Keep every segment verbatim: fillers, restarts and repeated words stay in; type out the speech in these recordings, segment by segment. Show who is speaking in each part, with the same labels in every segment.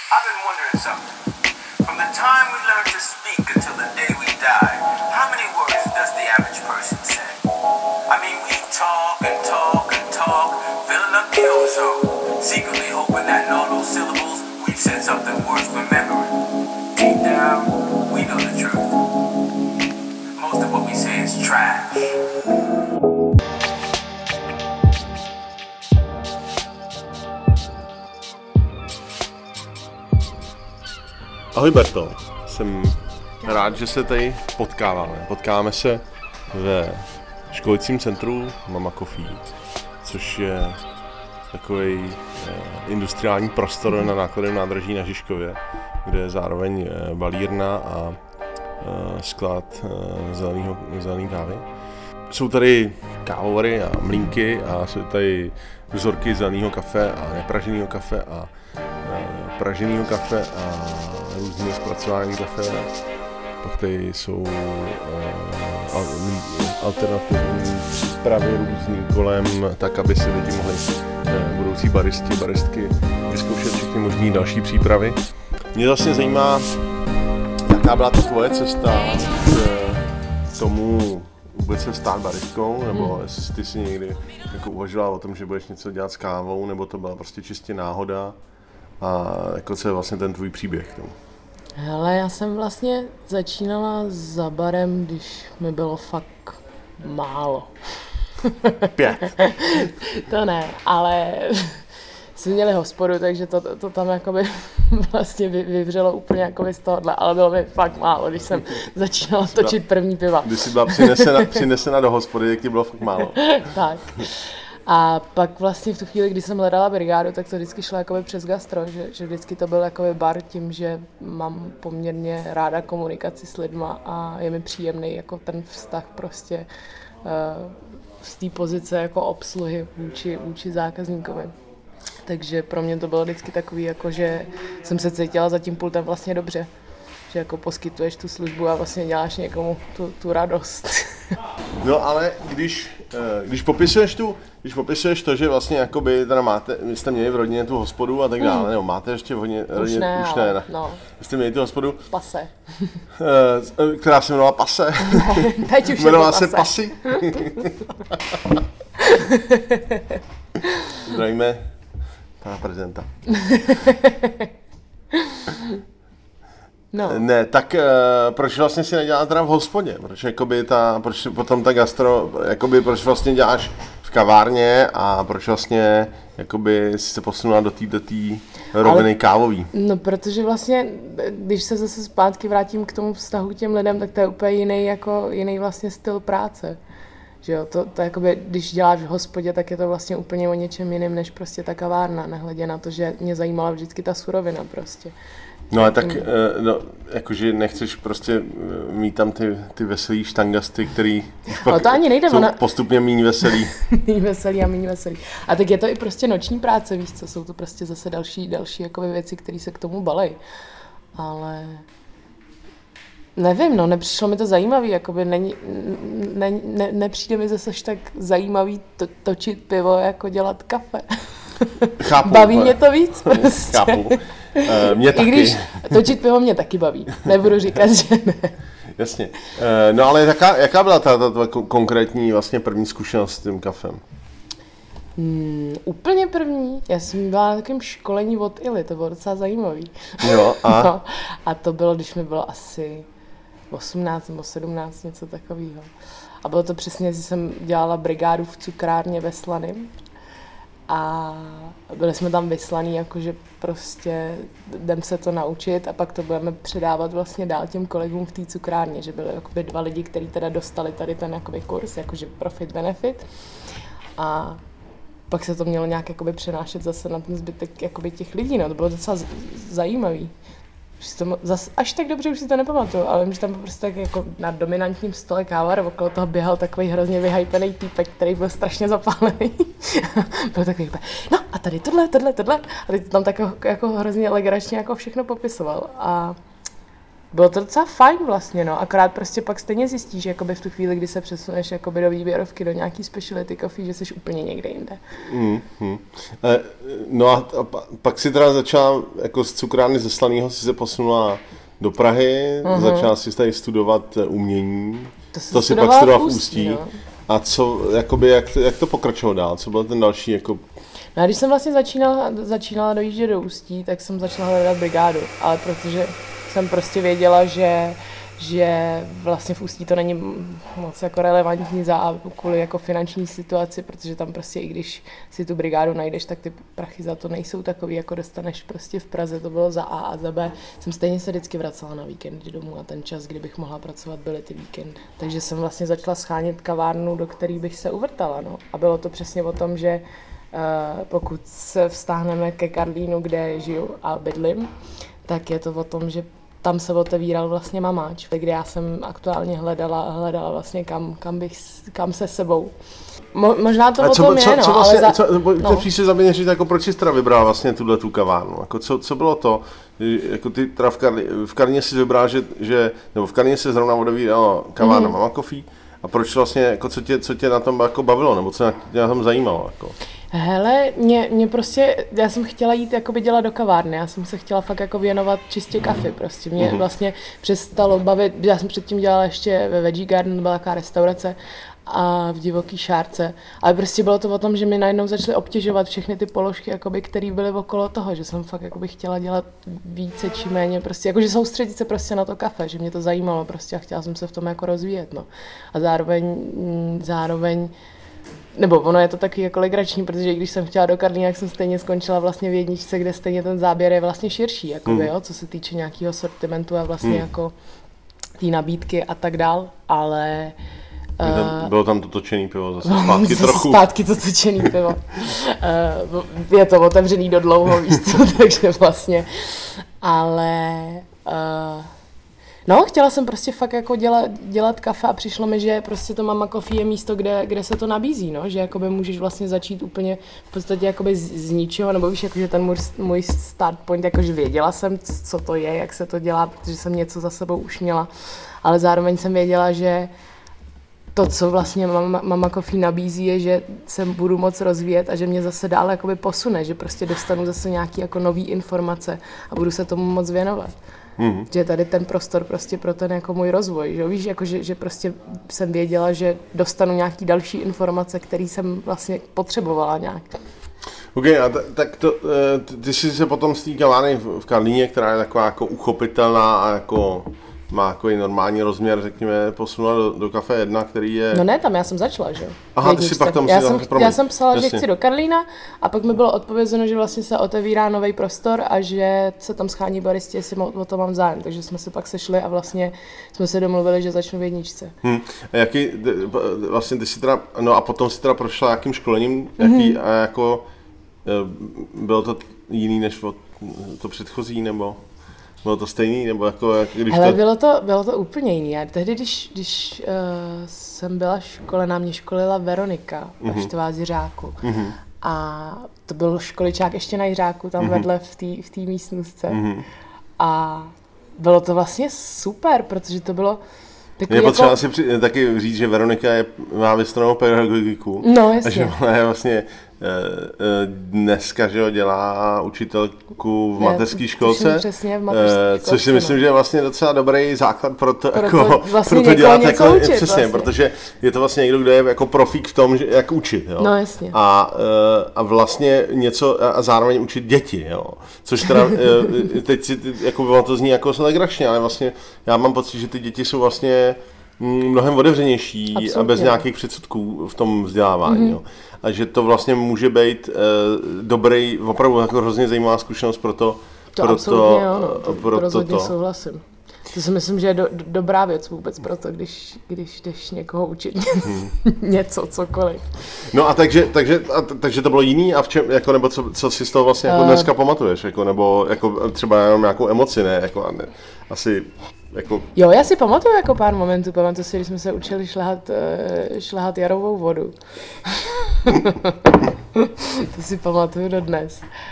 Speaker 1: I've been wondering something. From the time we learn to speak until the day we die, how many words does the average person say? I mean, we talk and talk and talk, filling up the ozone, secretly hoping that in all those syllables, we've said something worth remembering. Deep down, we know the truth. Most of what we say is trash.
Speaker 2: Ahoj Berto, jsem rád, že se tady potkáváme. Potkáváme se ve školicím centru Mama Coffee, což je takový industriální prostor na nákladném nádraží na Žižkově, kde je zároveň balírna a sklad zeleného, zelený kávy. Jsou tady kávovary a mlýnky a jsou tady vzorky zeleného kafe a nepraženého kafe a praženého kafe a různého zpracování kafe. Pak tady jsou uh, alternativní přípravy různý kolem, tak aby si lidi mohli uh, budoucí baristi, baristky vyzkoušet všechny možné další přípravy. Mě vlastně zajímá, jaká byla ta tvoje cesta k tomu vůbec se stát baristkou, nebo hmm. jestli ty si někdy jako uvažovala o tom, že budeš něco dělat s kávou, nebo to byla prostě čistě náhoda a jako co je vlastně ten tvůj příběh k tomu?
Speaker 3: Hele, já jsem vlastně začínala za barem, když mi bylo fakt málo.
Speaker 2: Pět.
Speaker 3: To ne, ale jsme měli hospodu, takže to, to, to tam jakoby vlastně vyvřelo úplně jakoby z tohohle, ale bylo mi fakt málo, když jsem začínala točit první piva.
Speaker 2: Když jsi byla přinesena, přinesena do hospody, jak ti bylo fakt málo.
Speaker 3: Tak. A pak vlastně v tu chvíli, kdy jsem hledala brigádu, tak to vždycky šlo jakoby přes gastro, že, že vždycky to byl jakoby bar tím, že mám poměrně ráda komunikaci s lidma a je mi příjemný jako ten vztah prostě uh, z té pozice jako obsluhy vůči, vůči zákazníkovi. Takže pro mě to bylo vždycky takový, jako že jsem se cítila za tím pultem vlastně dobře. Že jako poskytuješ tu službu a vlastně děláš někomu tu, tu radost.
Speaker 2: No ale když, když popisuješ tu, když popisuješ to, že vlastně jakoby teda máte, vy jste měli v rodině tu hospodu a tak dále, mm. nebo máte ještě v rodině,
Speaker 3: už ne,
Speaker 2: už
Speaker 3: ale,
Speaker 2: ne,
Speaker 3: no.
Speaker 2: Vy jste měli tu hospodu,
Speaker 3: Pase.
Speaker 2: která se jmenovala Pase.
Speaker 3: Ne, teď už
Speaker 2: jmenovala
Speaker 3: je
Speaker 2: se Pasy. Zdravíme pana prezidenta.
Speaker 3: No.
Speaker 2: Ne, tak uh, proč vlastně si nedělá teda v hospodě? Proč jakoby ta, proč potom ta gastro, jakoby proč vlastně děláš v kavárně a proč vlastně jakoby si se posunula do té do té roviny kávový?
Speaker 3: No, protože vlastně, když se zase zpátky vrátím k tomu vztahu k těm lidem, tak to je úplně jiný, jako, jiný vlastně styl práce. Že jo, to, to jakoby, když děláš v hospodě, tak je to vlastně úplně o něčem jiném, než prostě ta kavárna, nehledě na to, že mě zajímala vždycky ta surovina prostě.
Speaker 2: No ale tak, no, jakože nechceš prostě mít tam ty, ty veselý štangasty, který
Speaker 3: ale to ani nejde,
Speaker 2: jsou
Speaker 3: ona...
Speaker 2: postupně míň veselý.
Speaker 3: míň veselý a míň veselý. A tak je to i prostě noční práce, víš co, jsou to prostě zase další, další jakoby věci, které se k tomu balej. Ale nevím, no, nepřišlo mi to zajímavý, jakoby není, ne, ne, nepřijde mi zase tak zajímavý to, točit pivo, jako dělat kafe.
Speaker 2: Chápu.
Speaker 3: Baví mě to víc prostě.
Speaker 2: Chápu. Uh, mě taky.
Speaker 3: I když točit pivo mě taky baví, nebudu říkat, že ne.
Speaker 2: Jasně. Uh, no ale jaká, jaká byla ta, ta, ta konkrétní vlastně první zkušenost s tím kafem?
Speaker 3: Hmm, úplně první. Já jsem byla na takovém školení od Ili, to bylo docela zajímavý.
Speaker 2: Jo, a?
Speaker 3: No, a to bylo, když mi bylo asi osmnáct nebo sedmnáct, něco takového. A bylo to přesně, že jsem dělala brigádu v cukrárně ve Slaným. A byli jsme tam vyslaný, jakože prostě jdem se to naučit a pak to budeme předávat vlastně dál těm kolegům v té cukrárně, že byly jakoby dva lidi, kteří teda dostali tady ten jakoby kurz, jakože profit benefit. A pak se to mělo nějak jakoby přenášet zase na ten zbytek jakoby těch lidí, no to bylo docela z- zajímavý. To, zas, až tak dobře už si to nepamatuju, ale vím, že tam prostě tak jako na dominantním stole kávar, okolo toho běhal takový hrozně vyhypený týpek, který byl strašně zapálený. Byl takový, no a tady tohle, tohle, tohle. A teď tam tak jako, jako hrozně legračně jako všechno popisoval. A bylo to docela fajn vlastně, no, akorát prostě pak stejně zjistíš, jakoby v tu chvíli, kdy se přesuneš jakoby do výběrovky, do nějaký speciality coffee, že jsi úplně někde jinde.
Speaker 2: Mm-hmm. E, no a, a pak si teda začala, jako z cukrárny ze Slaného si se posunula do Prahy, uh-huh. začala si tady studovat umění, to, to si pak studovala v Ústí. No. A co, jakoby, jak, jak to pokračovalo dál? Co byl ten další, jako...
Speaker 3: No a když jsem vlastně začínala, začínala dojíždět do Ústí, tak jsem začala hledat brigádu, ale protože jsem prostě věděla, že, že vlastně v Ústí to není moc jako relevantní za kvůli jako finanční situaci, protože tam prostě i když si tu brigádu najdeš, tak ty prachy za to nejsou takový, jako dostaneš prostě v Praze, to bylo za A a za B. Jsem stejně se vždycky vracela na víkendy domů a ten čas, kdybych mohla pracovat, byly ty víkendy. Takže jsem vlastně začala schánět kavárnu, do které bych se uvrtala, no. A bylo to přesně o tom, že uh, pokud se vztáhneme ke Karlínu, kde žiju a bydlím, tak je to o tom, že tam se otevíral vlastně mamáč, kde já jsem aktuálně hledala, hledala vlastně kam, kam, bych, kam se sebou. Mo, možná to a o
Speaker 2: co,
Speaker 3: tom
Speaker 2: co,
Speaker 3: je, no,
Speaker 2: co vlastně,
Speaker 3: ale... Za,
Speaker 2: co,
Speaker 3: no.
Speaker 2: Chci se zaměřit, jako proč jsi teda vybrala vlastně tuhle tu kavárnu? Jako co, co bylo to? Jako ty teda v, Karli, v Karlíně jsi vybrala, že, že, nebo v Karlíně se zrovna odevírala kavárna mm-hmm. Mama Coffee. A proč vlastně, jako co tě, co tě na tom jako bavilo, nebo co tě na tom zajímalo? Jako?
Speaker 3: Hele, mě, mě prostě, já jsem chtěla jít jakoby dělat do kavárny, já jsem se chtěla fakt jako věnovat čistě kafe prostě, mě mm-hmm. vlastně přestalo bavit, já jsem předtím dělala ještě ve Veggie Garden, byla taková restaurace a v Divoký Šárce, ale prostě bylo to o tom, že mi najednou začaly obtěžovat všechny ty položky, jakoby, které byly okolo toho, že jsem fakt jakoby chtěla dělat více či méně, prostě jakože soustředit se prostě na to kafe, že mě to zajímalo prostě a chtěla jsem se v tom jako rozvíjet, no. A zároveň, zároveň nebo ono je to taky jako legrační, protože když jsem chtěla do Karlína, jak jsem stejně skončila vlastně v jedničce, kde stejně ten záběr je vlastně širší, jakoby, mm. jo, co se týče nějakého sortimentu a vlastně mm. jako té nabídky a tak dál, ale...
Speaker 2: Uh, bylo tam to točený pivo, zase zpátky zase trochu.
Speaker 3: Zpátky to točený pivo. Uh, je to otevřený do dlouho, víš co, takže vlastně, ale... Uh, No, chtěla jsem prostě fakt jako dělat, dělat kafe a přišlo mi, že prostě to Mama Coffee je místo, kde, kde se to nabízí, no, že jakoby můžeš vlastně začít úplně v podstatě jakoby z, z ničeho, nebo víš, jakože ten můj, můj start point, jakože věděla jsem, co to je, jak se to dělá, protože jsem něco za sebou už měla, ale zároveň jsem věděla, že to, co vlastně Mama, Mama Coffee nabízí, je, že se budu moc rozvíjet a že mě zase dál jakoby posune, že prostě dostanu zase nějaký jako nový informace a budu se tomu moc věnovat. Mm-hmm. Že tady ten prostor prostě pro ten jako můj rozvoj, že víš, jako že, že prostě jsem věděla, že dostanu nějaký další informace, které jsem vlastně potřebovala nějak.
Speaker 2: Ok, a t- tak to, ty, ty jsi se potom z té kavárny v Karlíně, která je taková jako uchopitelná a jako má jako normální rozměr, řekněme, posunula do, do Café jedna, který je...
Speaker 3: No ne, tam já jsem začala, že jo.
Speaker 2: Aha, ty jsi pak tam
Speaker 3: já,
Speaker 2: si
Speaker 3: jsem,
Speaker 2: promiň.
Speaker 3: já jsem psala,
Speaker 2: Jasně.
Speaker 3: že chci do Karlína a pak mi bylo odpovězeno, že vlastně se otevírá nový prostor a že se tam schání baristi, jestli o to mám zájem. Takže jsme se pak sešli a vlastně jsme se domluvili, že začnu v jedničce.
Speaker 2: Hmm. A jaký, vlastně ty si teda, no a potom si teda prošla jakým školením, jaký mm-hmm. a jako, bylo to jiný než to předchozí, nebo... Bylo to stejný, nebo jako, jak když
Speaker 3: Hele,
Speaker 2: to...
Speaker 3: bylo to, bylo to úplně jiný. Já tehdy, když, když uh, jsem byla školená, mě školila Veronika v
Speaker 2: mm-hmm.
Speaker 3: Štváziřáku.
Speaker 2: Mm-hmm.
Speaker 3: A to byl školičák ještě na Jiřáku, tam mm-hmm. vedle v té v té místnostce. Mm-hmm. A bylo to vlastně super, protože to bylo takový
Speaker 2: je potřeba
Speaker 3: jako...
Speaker 2: si při, taky říct, že Veronika je, má vystudovanou pedagogiku.
Speaker 3: No, jasně.
Speaker 2: A že ona je vlastně dneska, že jo, dělá učitelku v mateřské školce,
Speaker 3: přesně v mateřské
Speaker 2: což si myslím,
Speaker 3: no.
Speaker 2: že je vlastně docela dobrý základ pro to,
Speaker 3: pro
Speaker 2: jako,
Speaker 3: to, vlastně
Speaker 2: pro to dělat jako,
Speaker 3: učit,
Speaker 2: přesně,
Speaker 3: vlastně.
Speaker 2: protože je to vlastně někdo, kdo je jako profík v tom, že, jak učit, jo.
Speaker 3: No, jasně.
Speaker 2: A, a vlastně něco, a zároveň učit děti, jo. Což teda, teď si, jako to zní jako legračně, ale vlastně já mám pocit, že ty děti jsou vlastně mnohem otevřenější a bez nějakých předsudků v tom vzdělávání. Mm-hmm. Jo. A že to vlastně může být uh, dobrý, opravdu jako hrozně zajímavá zkušenost pro to.
Speaker 3: To
Speaker 2: pro
Speaker 3: absolutně
Speaker 2: to,
Speaker 3: jo, no, to
Speaker 2: pro
Speaker 3: rozhodně
Speaker 2: to.
Speaker 3: souhlasím. To si myslím, že je do, do, dobrá věc vůbec pro to, když, když jdeš někoho učit hmm. něco, cokoliv.
Speaker 2: No a takže, takže, a, takže to bylo jiný a v čem, jako, nebo co, co si z toho vlastně jako dneska uh, pamatuješ, jako, nebo jako třeba jenom nějakou emoci, ne, jako, ne, asi jako...
Speaker 3: Jo, já si pamatuju jako pár momentů, pamatuju si, když jsme se učili šlehat, šlehat jarovou vodu. To si pamatuju dodnes.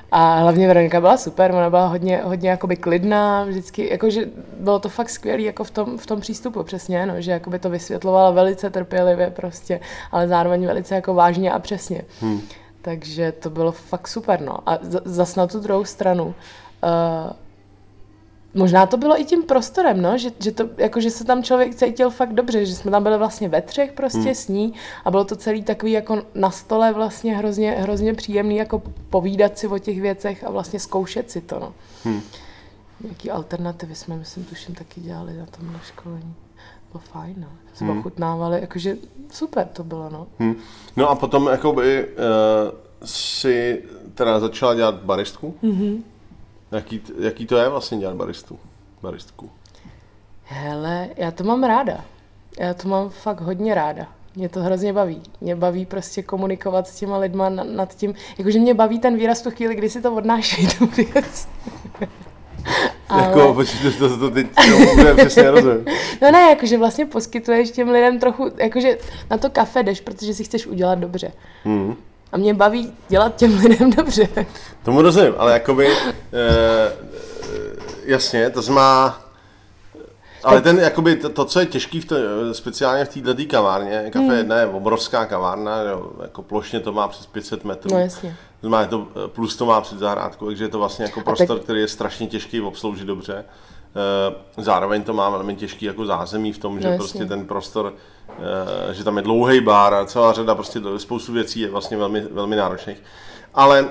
Speaker 3: A hlavně Veronika byla super, ona byla hodně, hodně jakoby klidná, vždycky, jakože bylo to fakt skvělý jako v tom, v tom přístupu, přesně, no, že jakoby to vysvětlovala velice trpělivě prostě, ale zároveň velice jako vážně a přesně. Hmm. Takže to bylo fakt super, no. A zas na tu druhou stranu, uh, možná to bylo i tím prostorem, no, že, že, to, jako, že se tam člověk cítil fakt dobře, že jsme tam byli vlastně ve třech prostě hmm. s ní a bylo to celý takový jako na stole vlastně hrozně, hrozně příjemný jako povídat si o těch věcech a vlastně zkoušet si to, no. Hmm. Nějaký alternativy jsme, myslím, tuším taky dělali na tomhle školení. Bylo fajn, no. Se hmm. ochutnávali, jakože super to bylo, no. Hmm.
Speaker 2: No a potom jakoby uh, si teda začala dělat baristku? Mhm. Jaký, jaký to je vlastně dělat baristu, baristku?
Speaker 3: Hele, já to mám ráda. Já to mám fakt hodně ráda. Mě to hrozně baví. Mě baví prostě komunikovat s těma lidma nad tím, jakože mě baví ten výraz v tu chvíli, kdy si to odnášejí tu věc.
Speaker 2: Ale... Jako, počkejte, to, to teď to přesně rozumím.
Speaker 3: No ne, jakože vlastně poskytuješ těm lidem trochu, jakože na to kafe jdeš, protože si chceš udělat dobře. Hmm. A mě baví dělat těm lidem dobře.
Speaker 2: Tomu rozumím, ale jakoby, e, jasně, to znamená, ale ten, jakoby, to, to, co je těžký, v to, speciálně v této kavárně, kafe jedna hmm. je obrovská kavárna, jo, jako plošně to má přes pět set metrů.
Speaker 3: No jasně.
Speaker 2: To znamená, to, plus to má před zahrádkou, takže je to vlastně jako prostor, tak... který je strašně těžký obsloužit dobře. Zároveň to má velmi těžký jako zázemí v tom, no že jasně. prostě ten prostor, že tam je dlouhý bar a celá řada, prostě spoustu věcí je vlastně velmi, velmi náročných. Ale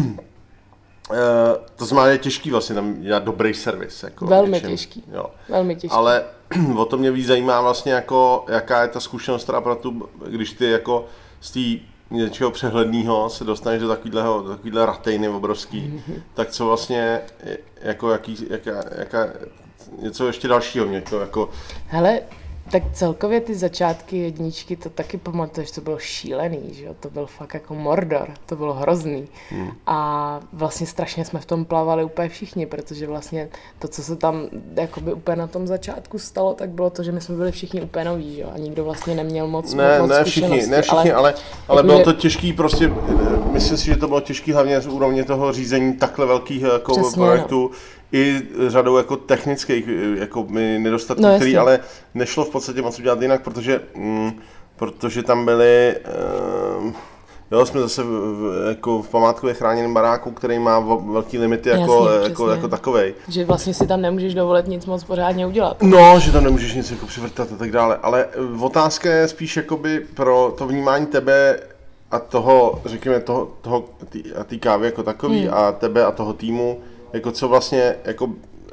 Speaker 2: to znamená, je těžký vlastně tam dělat dobrý servis. Jako
Speaker 3: velmi
Speaker 2: něčem,
Speaker 3: těžký.
Speaker 2: Jo.
Speaker 3: Velmi těžký.
Speaker 2: Ale o to mě víc zajímá vlastně jako, jaká je ta zkušenost teda pro tu, když ty jako z té něčeho přehledného se dostaneš do takovýhleho, do takovýhle ratejny obrovský, mm-hmm. tak co vlastně, jako jaký, jaká, jaká, něco ještě dalšího mě to jako...
Speaker 3: Hele, tak celkově ty začátky jedničky, to taky pamatuješ, to bylo šílený, že jo, to byl fakt jako Mordor, to bylo hrozný. Hmm. A vlastně strašně jsme v tom plavali úplně všichni, protože vlastně to, co se tam jakoby úplně na tom začátku stalo, tak bylo to, že my jsme byli všichni úplně noví, že jo, a nikdo vlastně neměl moc,
Speaker 2: ne,
Speaker 3: moc
Speaker 2: ne všichni, ne všichni, ale, ale, ale jako bylo že... to těžký prostě, myslím si, že to bylo těžký hlavně z úrovně toho řízení takhle velkých jako přesně, projektů, no. I řadou jako technických jako nedostatků, no, který ale nešlo v podstatě moc udělat jinak, protože, mm, protože tam byly, uh, jo, jsme zase v, jako v památkově chráněném baráku, který má velký limity jako, jasně, jako, jako takovej.
Speaker 3: Že vlastně si tam nemůžeš dovolit nic moc pořádně udělat.
Speaker 2: No, že tam nemůžeš nic jako přivrtat a tak dále, ale otázka je spíš jakoby pro to vnímání tebe a toho, řekněme, toho, toho tý, a té kávy jako takový hmm. a tebe a toho týmu, jako co vlastně, jako,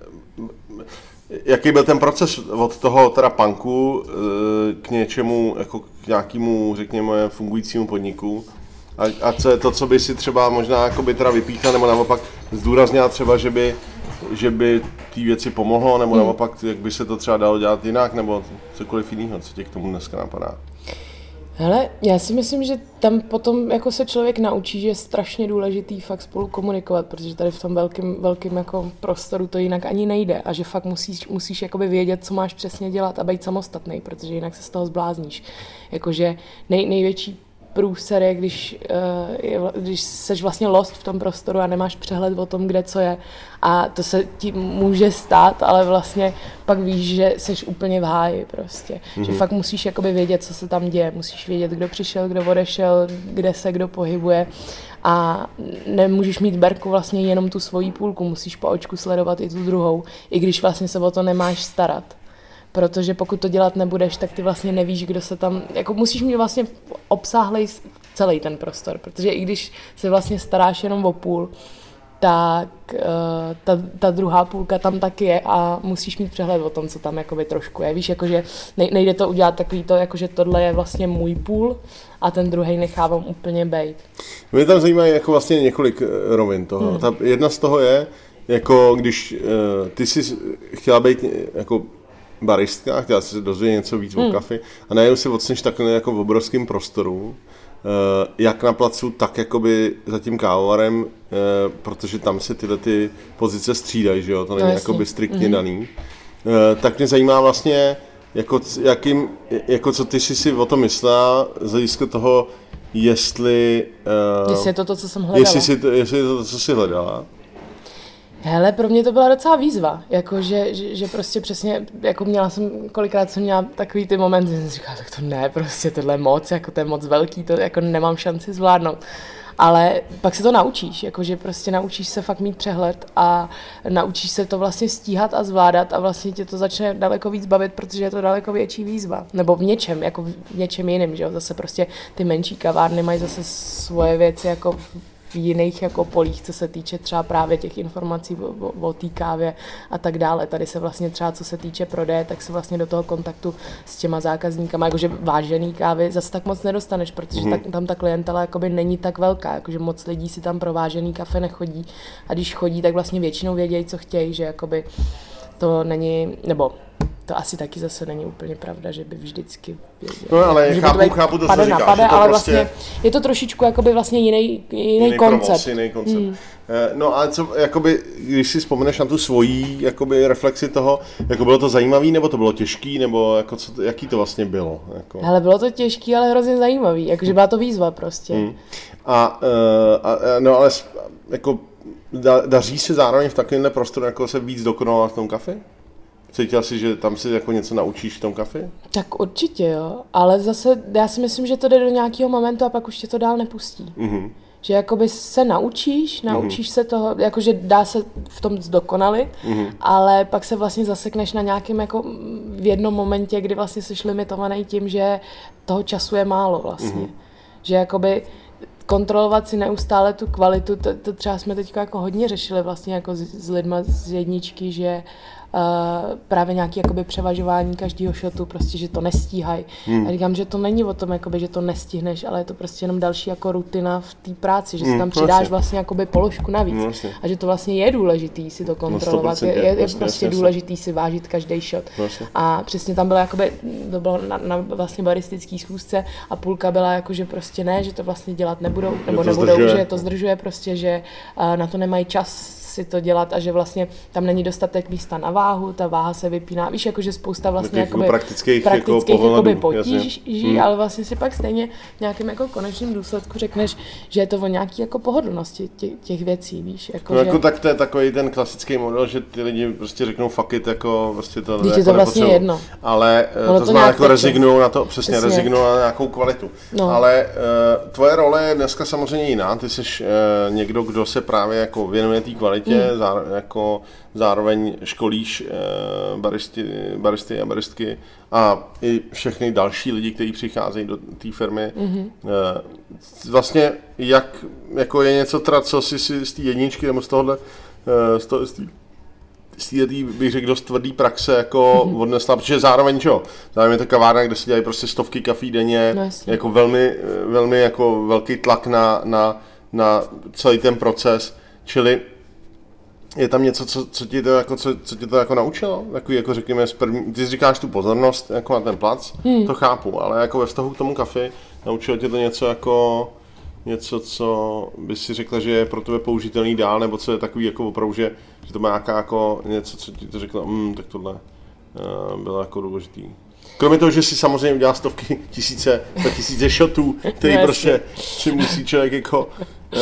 Speaker 2: jaký byl ten proces od toho teda punku k něčemu, jako k nějakému, řekněme, fungujícímu podniku a, a co je to, co by si třeba možná jakoby teda vypíchla, nebo naopak zdůraznila třeba, že by, že by ty věci pomohlo, nebo hmm. naopak, jak by se to třeba dalo dělat jinak, nebo cokoliv jiného, co tě k tomu dneska napadá?
Speaker 3: Hele, já si myslím, že tam potom jako se člověk naučí, že je strašně důležitý fakt spolu komunikovat, protože tady v tom velkém, velkém jako prostoru to jinak ani nejde a že fakt musíš, musíš jakoby vědět, co máš přesně dělat a být samostatný, protože jinak se z toho zblázníš. Jakože nej, největší průser je, když, je, když seš vlastně lost v tom prostoru a nemáš přehled o tom, kde co je. A to se ti může stát, ale vlastně pak víš, že seš úplně v háji prostě. Mm-hmm. Že fakt musíš jakoby vědět, co se tam děje. Musíš vědět, kdo přišel, kdo odešel, kde se kdo pohybuje. A nemůžeš mít berku vlastně jenom tu svoji půlku, musíš po očku sledovat i tu druhou, i když vlastně se o to nemáš starat. Protože pokud to dělat nebudeš, tak ty vlastně nevíš, kdo se tam, jako musíš mít vlastně obsáhlej celý ten prostor, protože i když se vlastně staráš jenom o půl, tak uh, ta, ta druhá půlka tam taky je a musíš mít přehled o tom, co tam jakoby trošku je. Víš, jakože nejde to udělat takový to, jakože tohle je vlastně můj půl a ten druhej nechávám úplně bejt.
Speaker 2: Mě tam zajímá jako vlastně několik rovin toho. Hmm. Ta jedna z toho je, jako když uh, ty jsi chtěla být jako baristka, chtěla si se dozvědět něco víc hmm. o kafi a najednou se odsneš takhle jako v obrovském prostoru, jak na placu, tak jakoby za tím kávovarem, protože tam se tyhle ty pozice střídají, že jo, to není no, jakoby striktně mm-hmm. daný. Tak mě zajímá vlastně, jako, jakým, jako co ty jsi si o tom myslela z hlediska toho, jestli... Uh,
Speaker 3: jestli je to to, co jsem hledala.
Speaker 2: Jestli, si to, jestli je to to, co jsi hledala.
Speaker 3: Hele, pro mě to byla docela výzva, jako že, že, že prostě přesně, jako měla jsem, kolikrát jsem měla takový ty momenty, že jsem říkala, tak to ne, prostě tohle je moc, jako to je moc velký, to jako nemám šanci zvládnout. Ale pak se to naučíš, jakože prostě naučíš se fakt mít přehled a naučíš se to vlastně stíhat a zvládat a vlastně tě to začne daleko víc bavit, protože je to daleko větší výzva. Nebo v něčem, jako v něčem jiném, že jo, zase prostě ty menší kavárny mají zase svoje věci jako v jiných jako polích, co se týče třeba právě těch informací o, o, o té kávě a tak dále. Tady se vlastně třeba, co se týče prodeje, tak se vlastně do toho kontaktu s těma zákazníkama, jakože vážený kávy zase tak moc nedostaneš, protože mm. tak, tam ta klientela jakoby není tak velká, jakože moc lidí si tam pro vážený kafe nechodí a když chodí, tak vlastně většinou vědějí, co chtějí, že jakoby to není, nebo to asi taky zase není úplně pravda, že by vždycky věděl.
Speaker 2: No ale chápu, to chápu to, co říkáš.
Speaker 3: Napade,
Speaker 2: to
Speaker 3: ale
Speaker 2: prostě
Speaker 3: vlastně je to trošičku jakoby vlastně jiný, jiný,
Speaker 2: jiný
Speaker 3: koncept.
Speaker 2: Provoz, jiný koncept. Hmm. No ale co, jakoby, když si vzpomeneš na tu svoji jakoby, reflexi toho, jako bylo to zajímavý, nebo to bylo těžký, nebo jako co, jaký to vlastně bylo? Jako?
Speaker 3: Hele, bylo to těžký, ale hrozně zajímavý, jakože byla to výzva prostě. Hmm.
Speaker 2: A, a, no ale jako da, daří se zároveň v takovémhle prostoru jako se víc dokonalovat v tom kafe? Cítila jsi, že tam si jako něco naučíš v tom kafe?
Speaker 3: Tak určitě jo, ale zase já si myslím, že to jde do nějakého momentu a pak už tě to dál nepustí. Mm-hmm. Že jakoby se naučíš, naučíš mm-hmm. se toho, jakože dá se v tom zdokonalit, mm-hmm. ale pak se vlastně zasekneš na nějakém jako v jednom momentě, kdy vlastně jsi limitovaný tím, že toho času je málo vlastně. Mm-hmm. Že jakoby kontrolovat si neustále tu kvalitu, to, to třeba jsme teď jako hodně řešili vlastně jako s, s lidma z jedničky, že Uh, právě nějaké jakoby převažování každého shotu, prostě, že to nestíhají. Hmm. A říkám, že to není o tom, jakoby, že to nestihneš, ale je to prostě jenom další jako rutina v té práci, že si tam hmm, přidáš vlastně, vlastně jakoby položku navíc. Vlastně. A že to vlastně je důležitý si to kontrolovat. No je, je, je vlastně, prostě vlastně, důležitý si vážit každý shot. Vlastně. A přesně tam byla jakoby, to bylo na, na vlastně baristický schůzce a půlka byla jako, že prostě ne, že to vlastně dělat nebudou, nebo nebudou, zdržuje. Že to zdržuje prostě, že uh, na to nemají čas si to dělat a že vlastně tam není dostatek místa na váhu, ta váha se vypíná, víš, jakože spousta vlastně jakoby
Speaker 2: praktických,
Speaker 3: praktických
Speaker 2: jako
Speaker 3: jakoby potíží, hmm. ale vlastně si pak stejně v nějakém jako konečném důsledku řekneš, že je to o nějaký jako pohodlnosti těch, těch věcí, víš. Jako,
Speaker 2: no
Speaker 3: že...
Speaker 2: jako tak to je takový ten klasický model, že ty lidi prostě řeknou fuck it, jako prostě to
Speaker 3: jako to vlastně jedno.
Speaker 2: Ale ono to, to znamená jako rezignují na to, přesně, přesně. rezignují na nějakou kvalitu. No. Ale uh, tvoje role je dneska samozřejmě jiná, ty jsi uh, někdo, kdo se právě jako věnuje té kvalitě, Hmm. Zároveň, jako zároveň školíš e, baristy, baristy a baristky a i všechny další lidi, kteří přicházejí do té firmy. Mm-hmm. E, vlastně jak jako je něco, teda, co si, si z té jedničky nebo z tohohle, e, z toho, z té, z té, bych řekl, dost tvrdý praxe jako mm-hmm. odnesla, protože zároveň čo? Zároveň je to kavárna, kde se dělají prostě stovky kafí denně, no, jako velmi, velmi jako velký tlak na, na, na celý ten proces, čili je tam něco, co, co ti to jako, co, co ti to jako naučilo? Takový, jako řekněme, první, ty říkáš tu pozornost jako na ten plac, hmm. to chápu, ale jako ve vztahu k tomu kafi naučilo tě to něco jako, něco, co bys si řekla, že je pro tebe použitelný dál, nebo co je takový jako opravdu, že, že to má nějaká jako něco, co ti to řekla, mm, tak tohle uh, bylo jako důležitý. Kromě toho, že si samozřejmě udělal stovky, tisíce, tisíce shotů, který no, prostě si musí člověk jako uh,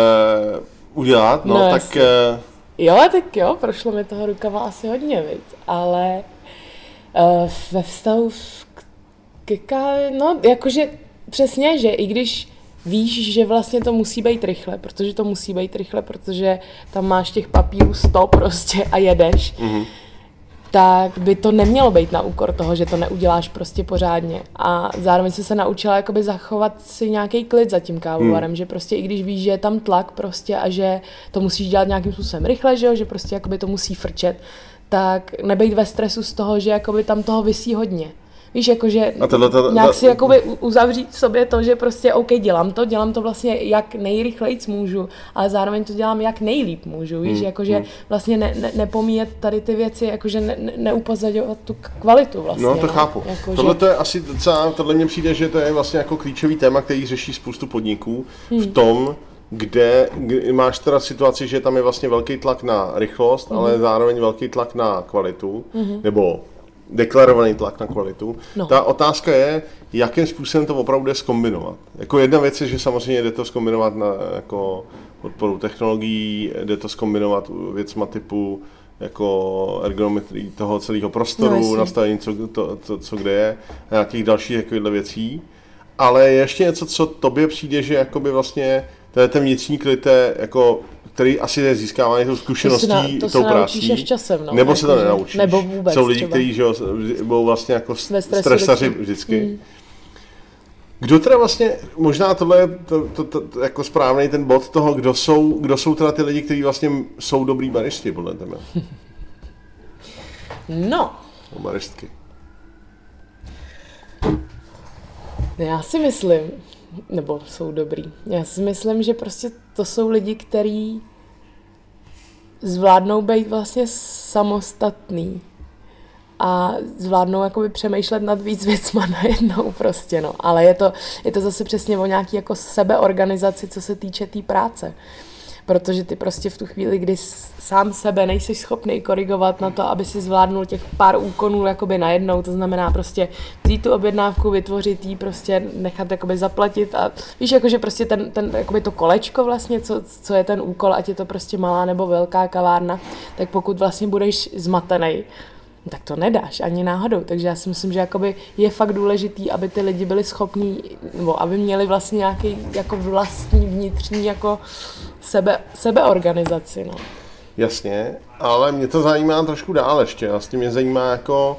Speaker 2: udělat, no, no tak... Uh,
Speaker 3: Jo, tak jo, prošlo mi toho rukama asi hodně, viď, ale uh, ve vztahu ke kávě, no, jakože přesně, že i když víš, že vlastně to musí být rychle, protože to musí být rychle, protože tam máš těch papírů sto prostě a jedeš, mm-hmm. tak by to nemělo být na úkor toho, že to neuděláš prostě pořádně. A zároveň jsem se naučila jakoby zachovat si nějaký klid za tím kávovarem, hmm. že prostě i když víš, že je tam tlak prostě a že to musíš dělat nějakým způsobem rychle, že jo, že prostě jakoby to musí frčet, tak nebejt ve stresu z toho, že jakoby tam toho visí hodně. Víš, jakože nějak si jakoby uzavřít v sobě to, že prostě OK, dělám to, dělám to vlastně jak nejrychlejc můžu, ale zároveň to dělám jak nejlíp můžu, víš, hmm, jakože hmm. vlastně ne, ne, nepomíjet tady ty věci, jakože ne, ne, neupozadovat tu kvalitu vlastně.
Speaker 2: No to no. chápu. Jako, tohle že... to je asi docela, tohle mně přijde, že to je vlastně jako klíčový téma, který řeší spoustu podniků hmm. v tom, kde, kde máš teda situaci, že tam je vlastně velký tlak na rychlost, hmm. ale zároveň velký tlak na kvalitu, hmm. nebo deklarovaný tlak na kvalitu.
Speaker 3: No.
Speaker 2: Ta otázka je, jakým způsobem to opravdu jde zkombinovat. Jako jedna věc je, že samozřejmě jde to zkombinovat na jako podporu technologií, jde to zkombinovat věcma typu jako ergonometrii toho celého prostoru,
Speaker 3: no,
Speaker 2: nastavení, co, to, to, co kde je, a nějakých dalších takovýchhle věcí. Ale je ještě něco, co tobě přijde, že jakoby vlastně to je ten vnitřní klid, jako, který asi je získávání tou zkušeností,
Speaker 3: to na, to
Speaker 2: tou prací.
Speaker 3: Až časem, no,
Speaker 2: nebo se to
Speaker 3: že,
Speaker 2: nenaučíš.
Speaker 3: Nebo vůbec.
Speaker 2: Jsou lidi, kteří budou vlastně jako stresaři vždycky. vždycky. Hmm. Kdo teda vlastně, možná tohle je to, to, to, to, jako správný ten bod toho, kdo jsou, kdo jsou teda ty lidi, kteří vlastně jsou dobrý baristi, podle tebe?
Speaker 3: No.
Speaker 2: Baristky.
Speaker 3: Já si myslím, nebo jsou dobrý, já si myslím, že prostě to jsou lidi, kteří zvládnou být vlastně samostatný a zvládnou jakoby přemýšlet nad víc věcma najednou prostě, no. Ale je to, je to zase přesně o nějaký jako sebeorganizaci, co se týče té tý práce. Protože ty prostě v tu chvíli, kdy sám sebe nejsi schopný korigovat na to, aby si zvládnul těch pár úkonů jakoby najednou, to znamená prostě vzít tu objednávku, vytvořit jí, prostě nechat jakoby zaplatit a víš, jakože prostě ten, ten jakoby to kolečko vlastně, co, co je ten úkol, ať je to prostě malá nebo velká kavárna, tak pokud vlastně budeš zmatenej, tak to nedáš ani náhodou. Takže já si myslím, že jakoby je fakt důležitý, aby ty lidi byli schopní, nebo aby měli vlastně nějaký jako vlastní vnitřní jako sebe, sebeorganizaci. No.
Speaker 2: Jasně, ale mě to zajímá trošku dál ještě. Vlastně mě zajímá jako,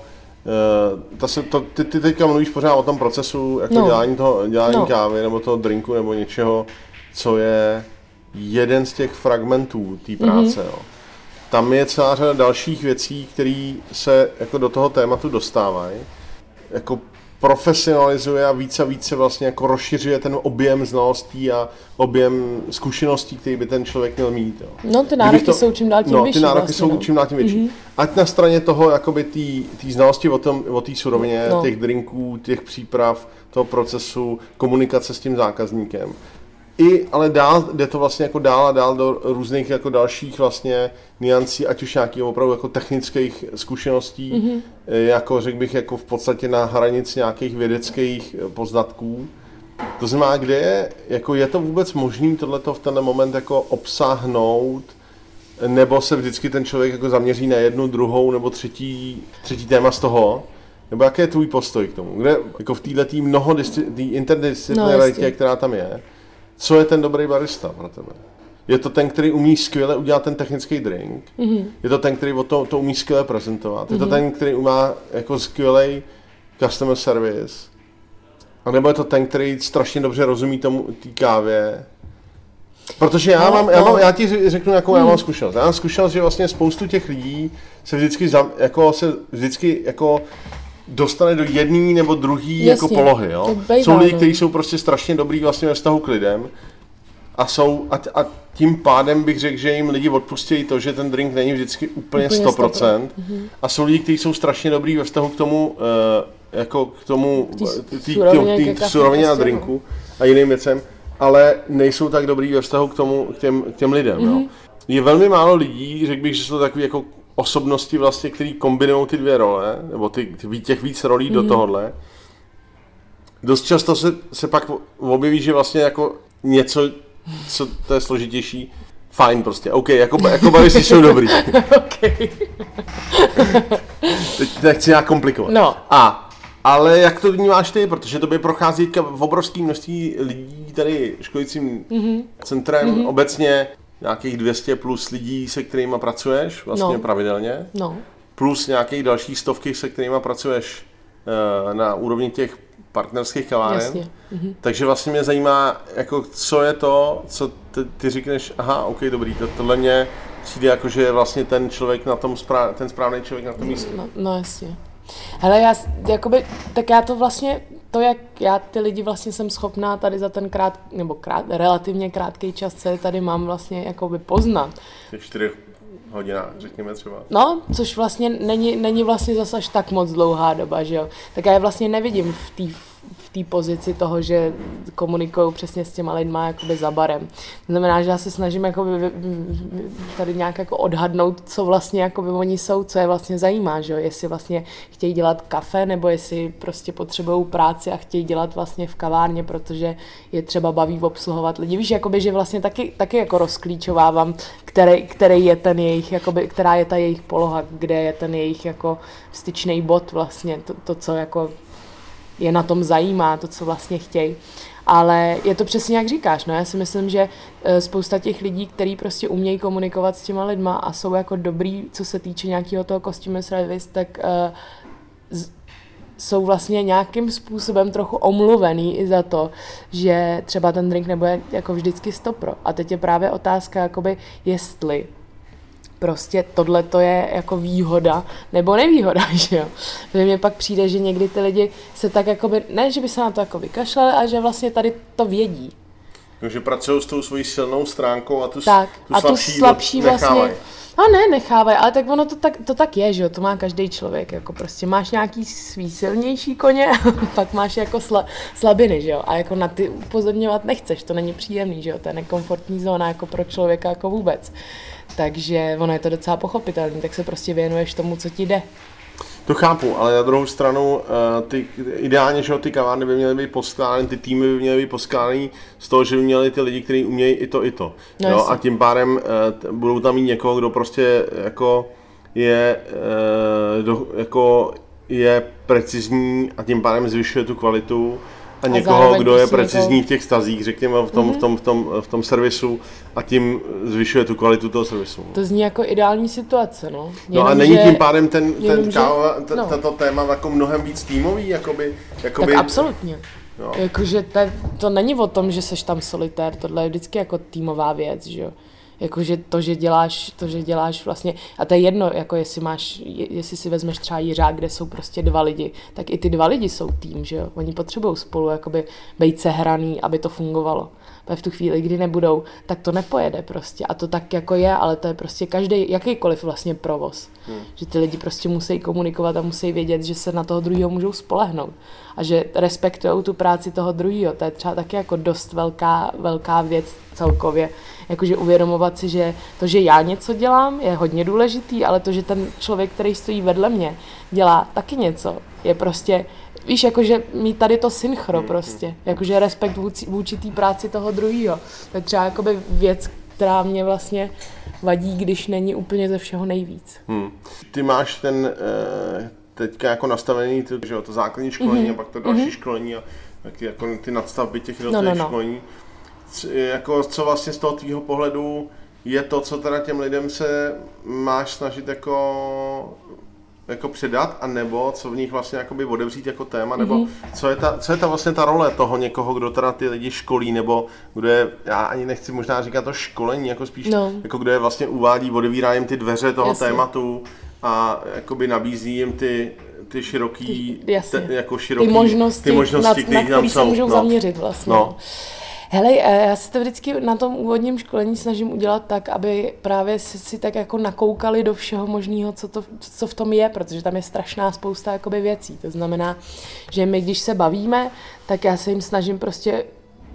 Speaker 2: uh, ta se, to, ty, ty teďka mluvíš pořád o tom procesu jako no. dělání, toho, dělání no. kávy nebo toho drinku nebo něčeho, co je jeden z těch fragmentů té práce. Mm-hmm. No. Tam je celá řada dalších věcí, které se jako do toho tématu dostávají. Jako profesionalizuje a více a více vlastně jako rozšiřuje ten objem znalostí a objem zkušeností, který by ten člověk měl mít. Jo.
Speaker 3: No ty nároky to, jsou čím dál tím
Speaker 2: no,
Speaker 3: vyšší.
Speaker 2: ty nároky
Speaker 3: vlastně,
Speaker 2: jsou
Speaker 3: no.
Speaker 2: čím dál tím větší. Mm-hmm. Ať na straně toho jakoby té znalosti o tom, o té surovině, no. těch drinků, těch příprav, toho procesu, komunikace s tím zákazníkem. I, ale dál, jde to vlastně jako dál a dál do různých jako dalších vlastně niancí, ať už nějakých opravdu jako technických zkušeností, mm-hmm. jako řekl bych jako v podstatě na hranici nějakých vědeckých poznatků. To znamená, kde je, jako je to vůbec možný tohleto v ten moment jako obsáhnout, nebo se vždycky ten člověk jako zaměří na jednu, druhou nebo třetí, třetí téma z toho, nebo jaký je tvůj postoj k tomu, kde jako v této mnoho interdisciplinaritě, no, která tam je. Co je ten dobrý barista pro tebe? Je to ten, který umí skvěle udělat ten technický drink? Mm-hmm. Je to ten, který o to, to umí skvěle prezentovat? Mm-hmm. Je to ten, který má jako skvělej customer service? A nebo je to ten, který strašně dobře rozumí tomu té kávě? Protože já,
Speaker 3: no,
Speaker 2: mám,
Speaker 3: no.
Speaker 2: já, mám, já ti řeknu, jakou mm. já mám
Speaker 3: Mhm.
Speaker 2: zkušenost. Já mám zkušenost, že vlastně spoustu těch lidí se vždycky, za, jako, se vždycky jako dostane do jedné nebo druhé jako polohy. Jo?
Speaker 3: Bejvá,
Speaker 2: jsou lidi,
Speaker 3: no.
Speaker 2: kteří jsou prostě strašně dobrý vlastně ve vztahu k lidem a, jsou, a, a tím pádem bych řekl, že jim lidi odpustí to, že ten drink není vždycky úplně, úplně sto procent. Mm-hmm. A jsou lidi, kteří jsou strašně dobrý ve vztahu k tomu, uh, jako k tomu té surovině a drinku a jiným věcem, ale nejsou tak dobrý ve vztahu k tomu, k těm, k těm lidem. Mm-hmm. Jo? Je velmi málo lidí, řekl bych, že jsou takový jako osobnosti vlastně, který kombinují ty dvě role, nebo ty, ty, těch víc rolí mm. do tohohle. Dost často se, se pak objeví, že vlastně jako něco, co to je složitější, fajn prostě, OK, jako, jako baristi jsou dobrý.
Speaker 3: Okay.
Speaker 2: Teď nechci nějak komplikovat.
Speaker 3: No.
Speaker 2: A, ale jak to vnímáš ty, protože to by prochází v obrovském množství lidí tady školicím mm-hmm. centrem, mm-hmm. obecně nějakých dvě stě plus lidí, se kterými pracuješ vlastně no. pravidelně,
Speaker 3: no.
Speaker 2: plus nějakých dalších stovky, se kterými pracuješ uh, na úrovni těch partnerských kaváren. Mhm. Takže vlastně mě zajímá, jako, co je to, co ty, ty řekneš, aha, OK, dobrý, to, tohle mě přijde jako, že je vlastně ten člověk na tom, správ, ten správný člověk na tom místě.
Speaker 3: No, no jasně. Hele, já, jakoby, tak já to vlastně, to jak já ty lidi vlastně jsem schopná tady za ten krát, nebo krát, relativně krátký čas, co tady mám vlastně jakoby poznat.
Speaker 2: V čtyřech hodinách, řekněme třeba.
Speaker 3: No, což vlastně není, není vlastně zase až tak moc dlouhá doba, že jo. Tak já je vlastně nevidím v té v té pozici toho, že komunikují přesně s těma lidma jakoby za barem. To znamená, že já se snažím jakoby tady nějak jako odhadnout, co vlastně jakoby oni jsou, co je vlastně zajímá, že jo? Jestli vlastně chtějí dělat kafe, nebo jestli prostě potřebují práci a chtějí dělat vlastně v kavárně, protože je třeba baví obsluhovat lidi. Víš, jakoby, že vlastně taky, taky jako rozklíčovávám, který, který je ten jejich, jakoby, která je ta jejich poloha, kde je ten jejich jako styčný bod vlastně, to, to co jako je na tom zajímá, to, co vlastně chtějí. Ale je to přesně jak říkáš, no já si myslím, že spousta těch lidí, kteří prostě umějí komunikovat s těma lidma a jsou jako dobrý, co se týče nějakého toho costume service, tak uh, z, jsou vlastně nějakým způsobem trochu omluvený i za to, že třeba ten drink nebude jako vždycky stopro. A teď je právě otázka, jakoby, jestli prostě tohle to je jako výhoda nebo nevýhoda, že jo. Protože mně pak přijde, že někdy ty lidi se tak jakoby, ne, že by se na to jako vykašlali, ale že vlastně tady to vědí.
Speaker 2: Takže pracují s tou svojí silnou stránkou a tu,
Speaker 3: tak,
Speaker 2: tu
Speaker 3: a
Speaker 2: slabší,
Speaker 3: tu slabší
Speaker 2: nechávají.
Speaker 3: Vlastně, no ne, nechávají, ale tak ono to tak, to tak je, že jo, to má každý člověk, jako prostě máš nějaký svý silnější koně a pak máš jako sla, slabiny, že jo, a jako na ty upozorňovat nechceš, to není příjemný, že jo, to je nekomfortní zóna jako pro člověka jako vůbec. Takže ono je to docela pochopitelné, tak se prostě věnuješ tomu, co ti jde.
Speaker 2: To chápu, ale na druhou stranu ty, ideálně, že ty kavárny by měly být poskládané, ty týmy by měly být poskládané z toho, že by měli ty lidi, kteří umějí i to, i to. No, jo? A tím pádem budou tam mít někoho, kdo prostě jako je, do, jako je precizní a tím pádem zvyšuje tu kvalitu. A někoho, a kdo je precizní někoho v těch stazích, řekněme, v tom, mm-hmm. v, tom, v, tom, v tom servisu a tím zvyšuje tu kvalitu toho servisu.
Speaker 3: To zní jako ideální situace, no.
Speaker 2: Jenom, no a není že, tím pádem ten, ten že, káva, t, no. tato téma jako mnohem víc týmový, jakoby, jakoby...
Speaker 3: Tak absolutně. No. Jakože to, to není o tom, že seš tam solitér, tohle je vždycky jako týmová věc, že jo. Jakože to, že děláš, to, že děláš vlastně, a to je jedno, jako jestli máš, jestli si vezmeš třeba Jiřák, kde jsou prostě dva lidi, tak i ty dva lidi jsou tým, že jo, oni potřebují spolu jakoby být sehraný, aby to fungovalo. A v tu chvíli, kdy nebudou, tak to nepojede prostě a to tak jako je, ale to je prostě každý, jakýkoliv vlastně provoz. Hmm. Že ty lidi prostě musí komunikovat a musí vědět, že se na toho druhého můžou spolehnout a že respektujou tu práci toho druhého. To je třeba taky jako dost velká, velká věc celkově. Jakože uvědomovat si, že to, že já něco dělám, je hodně důležitý, ale to, že ten člověk, který stojí vedle mě, dělá taky něco, je prostě, víš, jakože mít tady to synchro prostě, jakože respekt vůči, vůči té práci toho druhého. To je třeba jakoby věc, která mě vlastně vadí, když není úplně ze všeho nejvíc. Hmm.
Speaker 2: Ty máš ten eh, teďka jako nastavený to, že jo, to základní školení mm-hmm. a pak to další mm-hmm. školení a taky jako ty nadstavby těch jednotlivých no, no, no. školení. Jako, co vlastně z toho tvýho pohledu je to, co teda těm lidem se máš snažit jako, jako předat, anebo co v nich vlastně jakoby odevřít jako téma, nebo mm-hmm. co je ta, co je ta vlastně ta role toho někoho, kdo teda ty lidi školí, nebo kdo je, já ani nechci možná říkat to školení, jako spíš, no. jako kdo je vlastně uvádí, odevírá jim ty dveře toho Jasně. tématu a jakoby nabízí jim ty ty široký, ty,
Speaker 3: te,
Speaker 2: jako široký,
Speaker 3: ty možnosti,
Speaker 2: ty možnosti
Speaker 3: na, na který se můžou
Speaker 2: no.
Speaker 3: zaměřit vlastně. No. Hele, já se to vždycky na tom úvodním školení snažím udělat tak, aby právě si, si tak jako nakoukali do všeho možného, co, to, co v tom je, protože tam je strašná spousta jakoby věcí. To znamená, že my, když se bavíme, tak já se jim snažím prostě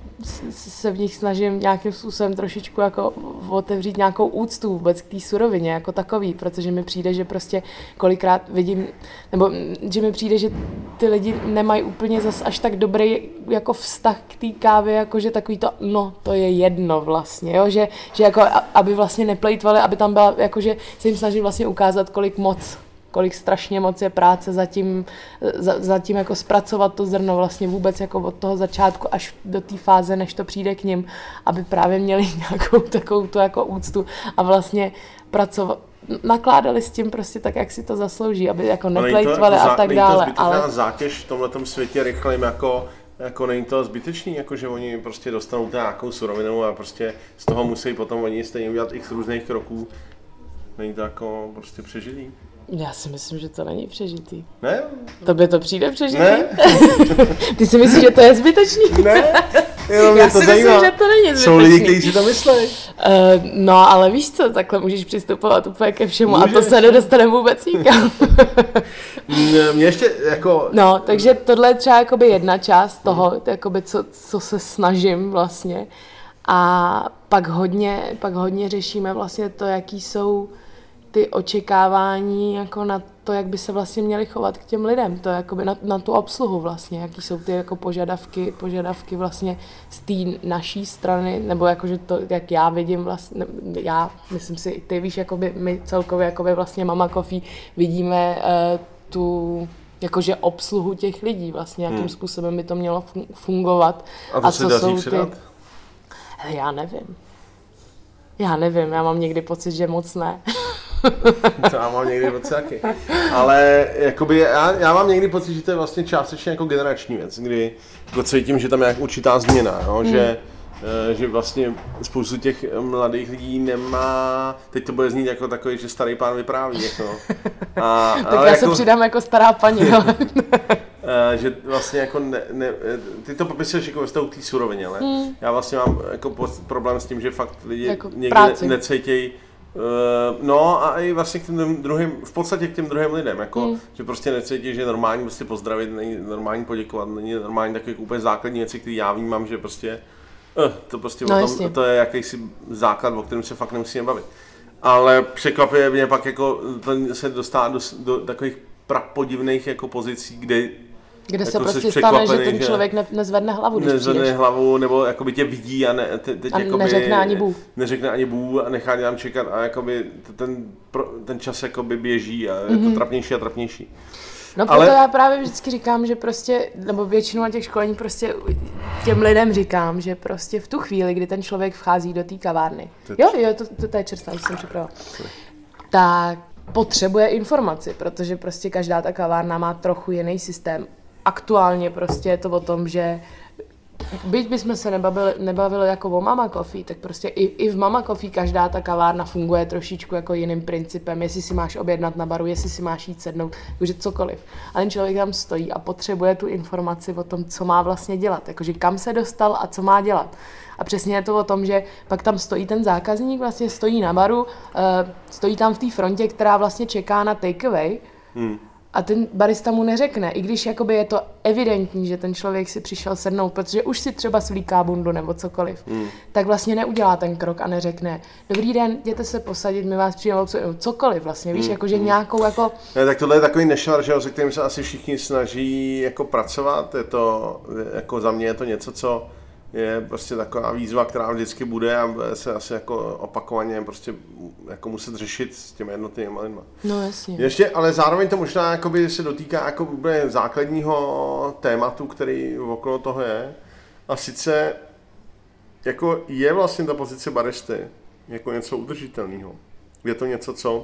Speaker 3: se v nich snažím nějakým způsobem trošičku jako otevřít nějakou úctu vůbec k té surovině jako takový, protože mi přijde, že prostě kolikrát vidím, nebo že mi přijde, že ty lidi nemají úplně zas až tak dobrý jako vztah k té kávě, jakože takový to, no, to je jedno vlastně, jo, že, že jako aby vlastně neplejtvali, aby tam byla, jakože se jim snažím vlastně ukázat, kolik moc kolik strašně moc je práce zatím, za, zatím jako zpracovat to zrno vlastně vůbec jako od toho začátku až do té fáze, než to přijde k nim, aby právě měli nějakou takovou tu jako úctu a vlastně pracovat, nakládali s tím prostě tak, jak si to zaslouží, aby jako neplejtvali a tak dále.
Speaker 2: Není to zbytečná zátěž v tomhletom světě rychlým jako Jako není to zbytečný, jako že oni prostě dostanou nějakou surovinu a prostě z toho musí potom oni stejně udělat x různých kroků. Není to jako prostě přežitý?
Speaker 3: Já si myslím, že to není přežitý.
Speaker 2: Ne?
Speaker 3: Tobě to přijde přežitý?
Speaker 2: Ne.
Speaker 3: Ty si myslíš, že to je zbytečný?
Speaker 2: Ne. Jenom
Speaker 3: Já
Speaker 2: mě to
Speaker 3: si
Speaker 2: zajímá.
Speaker 3: myslím, že to není zbytečný.
Speaker 2: Jsou lidi, kteří si to myslí.
Speaker 3: Uh, no, ale víš co, takhle můžeš přistupovat úplně ke všemu
Speaker 2: Můžeš.
Speaker 3: a to se nedostane vůbec nikam.
Speaker 2: Mě ještě jako...
Speaker 3: No, takže tohle je třeba jakoby jedna část toho, jakoby co, co se snažím vlastně. A pak hodně, pak hodně řešíme vlastně to, jaký jsou ty očekávání jako na to, jak by se vlastně měli chovat k těm lidem, to jakoby na, na tu obsluhu vlastně, jaký jsou ty jako požadavky, požadavky vlastně z té naší strany, nebo jakože to, jak já vidím vlastně, já myslím si, ty víš, jakoby my celkově jakoby vlastně Mama Coffee vidíme uh, tu jakože obsluhu těch lidí vlastně, jakým hmm. způsobem by to mělo fungovat.
Speaker 2: A to
Speaker 3: a
Speaker 2: se
Speaker 3: co
Speaker 2: daří
Speaker 3: jsou
Speaker 2: předat?
Speaker 3: ty... Já nevím. Já nevím, já mám někdy pocit, že moc ne.
Speaker 2: To já mám někdy pocit taky. Ale jakoby já, já mám někdy pocit, že to je vlastně částečně jako generační věc, kdy jako cítím, že tam je určitá změna, jo? Hmm. Že, že vlastně spoustu těch mladých lidí nemá, teď to bude znít jako takový, že starý pán vypráví. Jako. A,
Speaker 3: tak já jako, se přidám jako stará paní.
Speaker 2: že vlastně jako ne, ne, ty to popisuješ jako ve vztahu k té surovině, ale hmm. já vlastně mám jako problém s tím, že fakt lidi jako někdy necítějí. No a i vlastně k těm druhým, v podstatě k těm druhým lidem, jako, hmm. že prostě necítí, že je normální prostě pozdravit, není normální poděkovat, není normální takové úplně základní věci, které já vnímám, že prostě uh, to prostě no, o tom, to je jakýsi základ, o kterém se fakt nemusíme bavit. Ale překvapuje mě pak jako to se dostává do, do takových prapodivných jako pozicí, kde
Speaker 3: Kde
Speaker 2: jako
Speaker 3: se prostě stane, že ten člověk ne, nezvedne hlavu, když
Speaker 2: nezvedne
Speaker 3: přijdeš.
Speaker 2: hlavu, nebo jakoby tě vidí a, ne, te, teď
Speaker 3: a
Speaker 2: jakoby,
Speaker 3: neřekne ani bů.
Speaker 2: Neřekne ani bů a nechá nám čekat a jakoby ten, ten čas jakoby běží a je mm-hmm. to trapnější a trapnější.
Speaker 3: No proto ale... já právě vždycky říkám, že prostě, nebo většinou na těch školení prostě těm lidem říkám, že prostě v tu chvíli, kdy ten člověk vchází do té kavárny, Teď. jo, jo, to, to, to je čerstvá, to jsem připravila, tak potřebuje informaci, protože prostě každá ta kavárna má trochu jiný systém. Aktuálně prostě je to o tom, že byť bychom se nebavili, nebavili jako o Mama Coffee, tak prostě i, i v Mama Coffee každá ta kavárna funguje trošičku jako jiným principem, jestli si máš objednat na baru, jestli si máš jít sednout, jakože cokoliv. A ten člověk tam stojí a potřebuje tu informaci o tom, co má vlastně dělat, jakože kam se dostal a co má dělat. A přesně je to o tom, že pak tam stojí ten zákazník, vlastně stojí na baru, uh, stojí tam v té frontě, která vlastně čeká na takeaway, hmm. A ten barista mu neřekne, i když jakoby je to evidentní, že ten člověk si přišel sednout, protože už si třeba svlíká bundu nebo cokoliv, hmm. tak vlastně neudělá ten krok a neřekne, dobrý den, jděte se posadit, my vás přijmeme cokoliv vlastně, víš, hmm. jakože hmm. nějakou jako...
Speaker 2: Ne, tak tohle je takový nešvar, že, se kterým se asi všichni snaží jako pracovat, je to, jako za mě je to něco, co je prostě taková výzva, která vždycky bude a bude se asi jako opakovaně prostě jako muset řešit s těmi jednotlivými lidmi.
Speaker 3: No jasně.
Speaker 2: Ještě, ale zároveň to možná jakoby se dotýká jako úplně základního tématu, který okolo toho je. A sice jako je vlastně ta pozice baristy jako něco udržitelného. Je to něco, co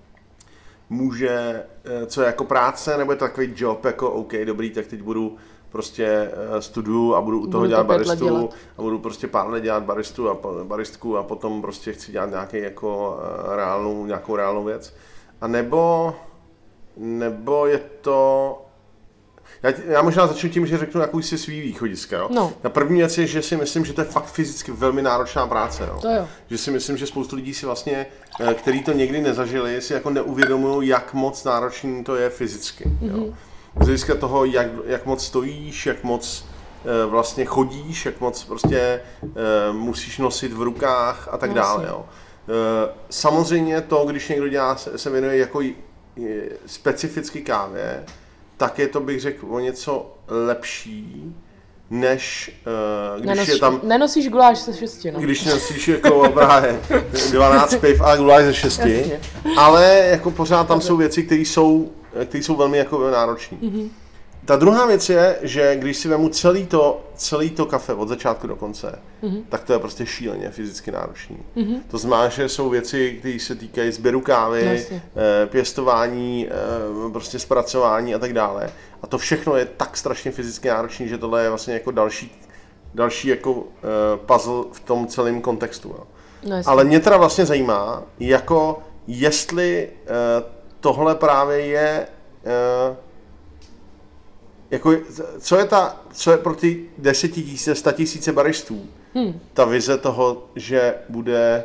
Speaker 2: může, co je jako práce, nebo je to takový job, jako OK, dobrý, tak teď budu prostě studuju a budu u toho budu dělat to baristu dělat. a budu prostě pár let dělat baristu a baristku a potom prostě chci dělat nějaký jako reálnou, nějakou reálnou věc. A nebo, nebo je to... Já, já možná začnu tím, že řeknu jakousi svý východiska. Jo?
Speaker 3: No.
Speaker 2: Ta první věc je, že si myslím, že to je fakt fyzicky velmi náročná práce. Jo?
Speaker 3: To jo.
Speaker 2: Že si myslím, že spoustu lidí si vlastně, který to někdy nezažili, si jako neuvědomují, jak moc náročný to je fyzicky. Mm-hmm. Jo? Z hlediska toho, jak, jak moc stojíš, jak moc e, vlastně chodíš, jak moc prostě e, musíš nosit v rukách a tak dále. Jo. E, samozřejmě to, když někdo dělá, se, se věnuje jako je, specificky kávě, tak je to, bych řekl, o něco lepší, než e, když
Speaker 3: Nenosí,
Speaker 2: je tam...
Speaker 3: Nenosíš guláš ze šesti, no.
Speaker 2: Když nosíš jako právě dvanáct piv a guláš ze šesti, Jasně. ale jako pořád tam jsou věci, které jsou které jsou velmi jako náročné. Mm-hmm. Ta druhá věc je, že když si vemu celý to, celý to kafe od začátku do konce, mm-hmm. tak to je prostě šíleně fyzicky náročný. Mm-hmm. To znamená, že jsou věci, které se týkají sběru kávy, Jasně. pěstování, prostě zpracování a tak dále. A to všechno je tak strašně fyzicky náročný, že tohle je vlastně jako další, další jako puzzle v tom celém kontextu. No, ale mě teda vlastně zajímá, jako jestli tohle právě je, jako, co je ta, co je pro ty desetitisíce, statisíce baristů, hmm. ta vize toho, že bude,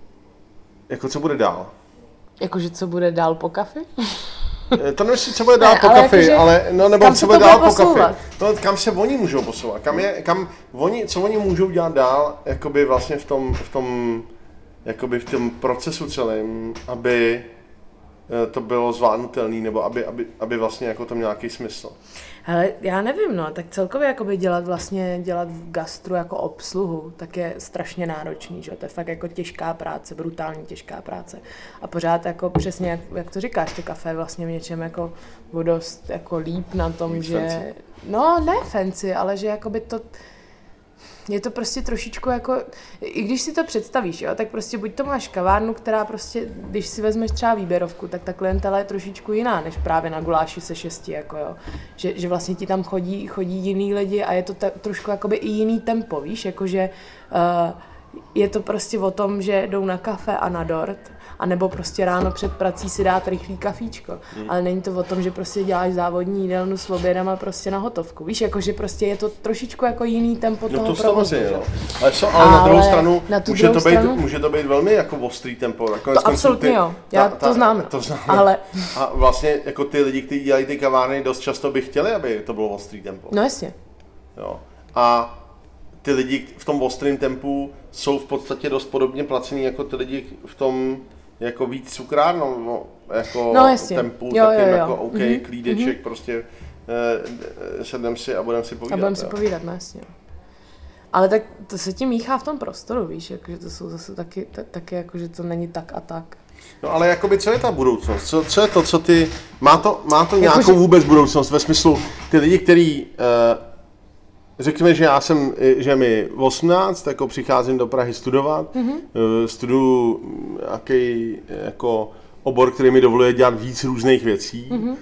Speaker 2: jako co bude dál?
Speaker 3: Jakože co bude dál po kafi?
Speaker 2: To nemyslím, co bude dál ne, po ale kafi, jakože, ale no nebo co bude dál po kafi. No, kam se oni můžou posouvat? Kam je, kam oni, co oni můžou dělat dál, jakoby vlastně v tom, v tom, jakoby v tom procesu celém, aby to bylo zvládnutelný, nebo aby, aby, aby vlastně jako to měl nějaký smysl.
Speaker 3: Hele, já nevím, no, tak celkově jakoby dělat vlastně, dělat v gastru jako obsluhu, tak je strašně náročný, že? To je fakt jako těžká práce, brutálně těžká práce. A pořád jako přesně, jak, jak to říkáš, to kafe vlastně v něčem jako o dost jako líp na tom, líp že... Fancy. No, ne fancy, ale že jakoby to... Je to prostě trošičku jako, i když si to představíš, jo, tak prostě buď to máš kavárnu, která prostě, když si vezmeš třeba výběrovku, tak ta klientela je trošičku jiná, než právě na guláši se šesti, jako jo. Že, že vlastně ti tam chodí, chodí jiný lidi a je to ta, trošku jakoby i jiný tempo, víš, jakože uh, je to prostě o tom, že jdou na kafe a na dort, anebo prostě ráno před prací si dát rychlý kafíčko. Hmm. Ale není to o tom, že prostě děláš závodní jídelnu s obědama prostě na hotovku. Víš, jakože prostě je to trošičku jako jiný tempo
Speaker 2: no
Speaker 3: toho
Speaker 2: to
Speaker 3: provozu.
Speaker 2: No. Ale, so, ale, ale na druhou stranu, na může, druhou to být, stranu může to být velmi jako ostrý tempo.
Speaker 3: To absolutně ty, jo, já ta, ta, to znám.
Speaker 2: To znám.
Speaker 3: Ale...
Speaker 2: A vlastně jako ty lidi, kteří dělají ty kavárny, dost často by chtěli, aby to bylo ostrý tempo.
Speaker 3: No jasně.
Speaker 2: Jo. A ty lidi v tom ostrém tempu jsou v podstatě dost podobně placení jako ty lidi v tom jako víc cukrárnou, jako
Speaker 3: no,
Speaker 2: tempu,
Speaker 3: jo,
Speaker 2: takým
Speaker 3: jo, jo.
Speaker 2: jako OK, mm-hmm. klídeček, mm-hmm. prostě eh, sedneme si a budeme si povídat.
Speaker 3: A budeme si povídat, no jasně. Ale tak to se tím míchá v tom prostoru, víš, jakože to jsou zase taky, t- taky jako, že to není tak a tak.
Speaker 2: No ale jakoby, co je ta budoucnost? Co, co je to, co ty, má to, má to nějakou jako, že... vůbec budoucnost ve smyslu, ty lidi, který, eh, řekněme, že já jsem, že mi osmnáct, jako přicházím do Prahy studovat, mm-hmm. studuju nějaký jako obor, který mi dovoluje dělat víc různých věcí mm-hmm.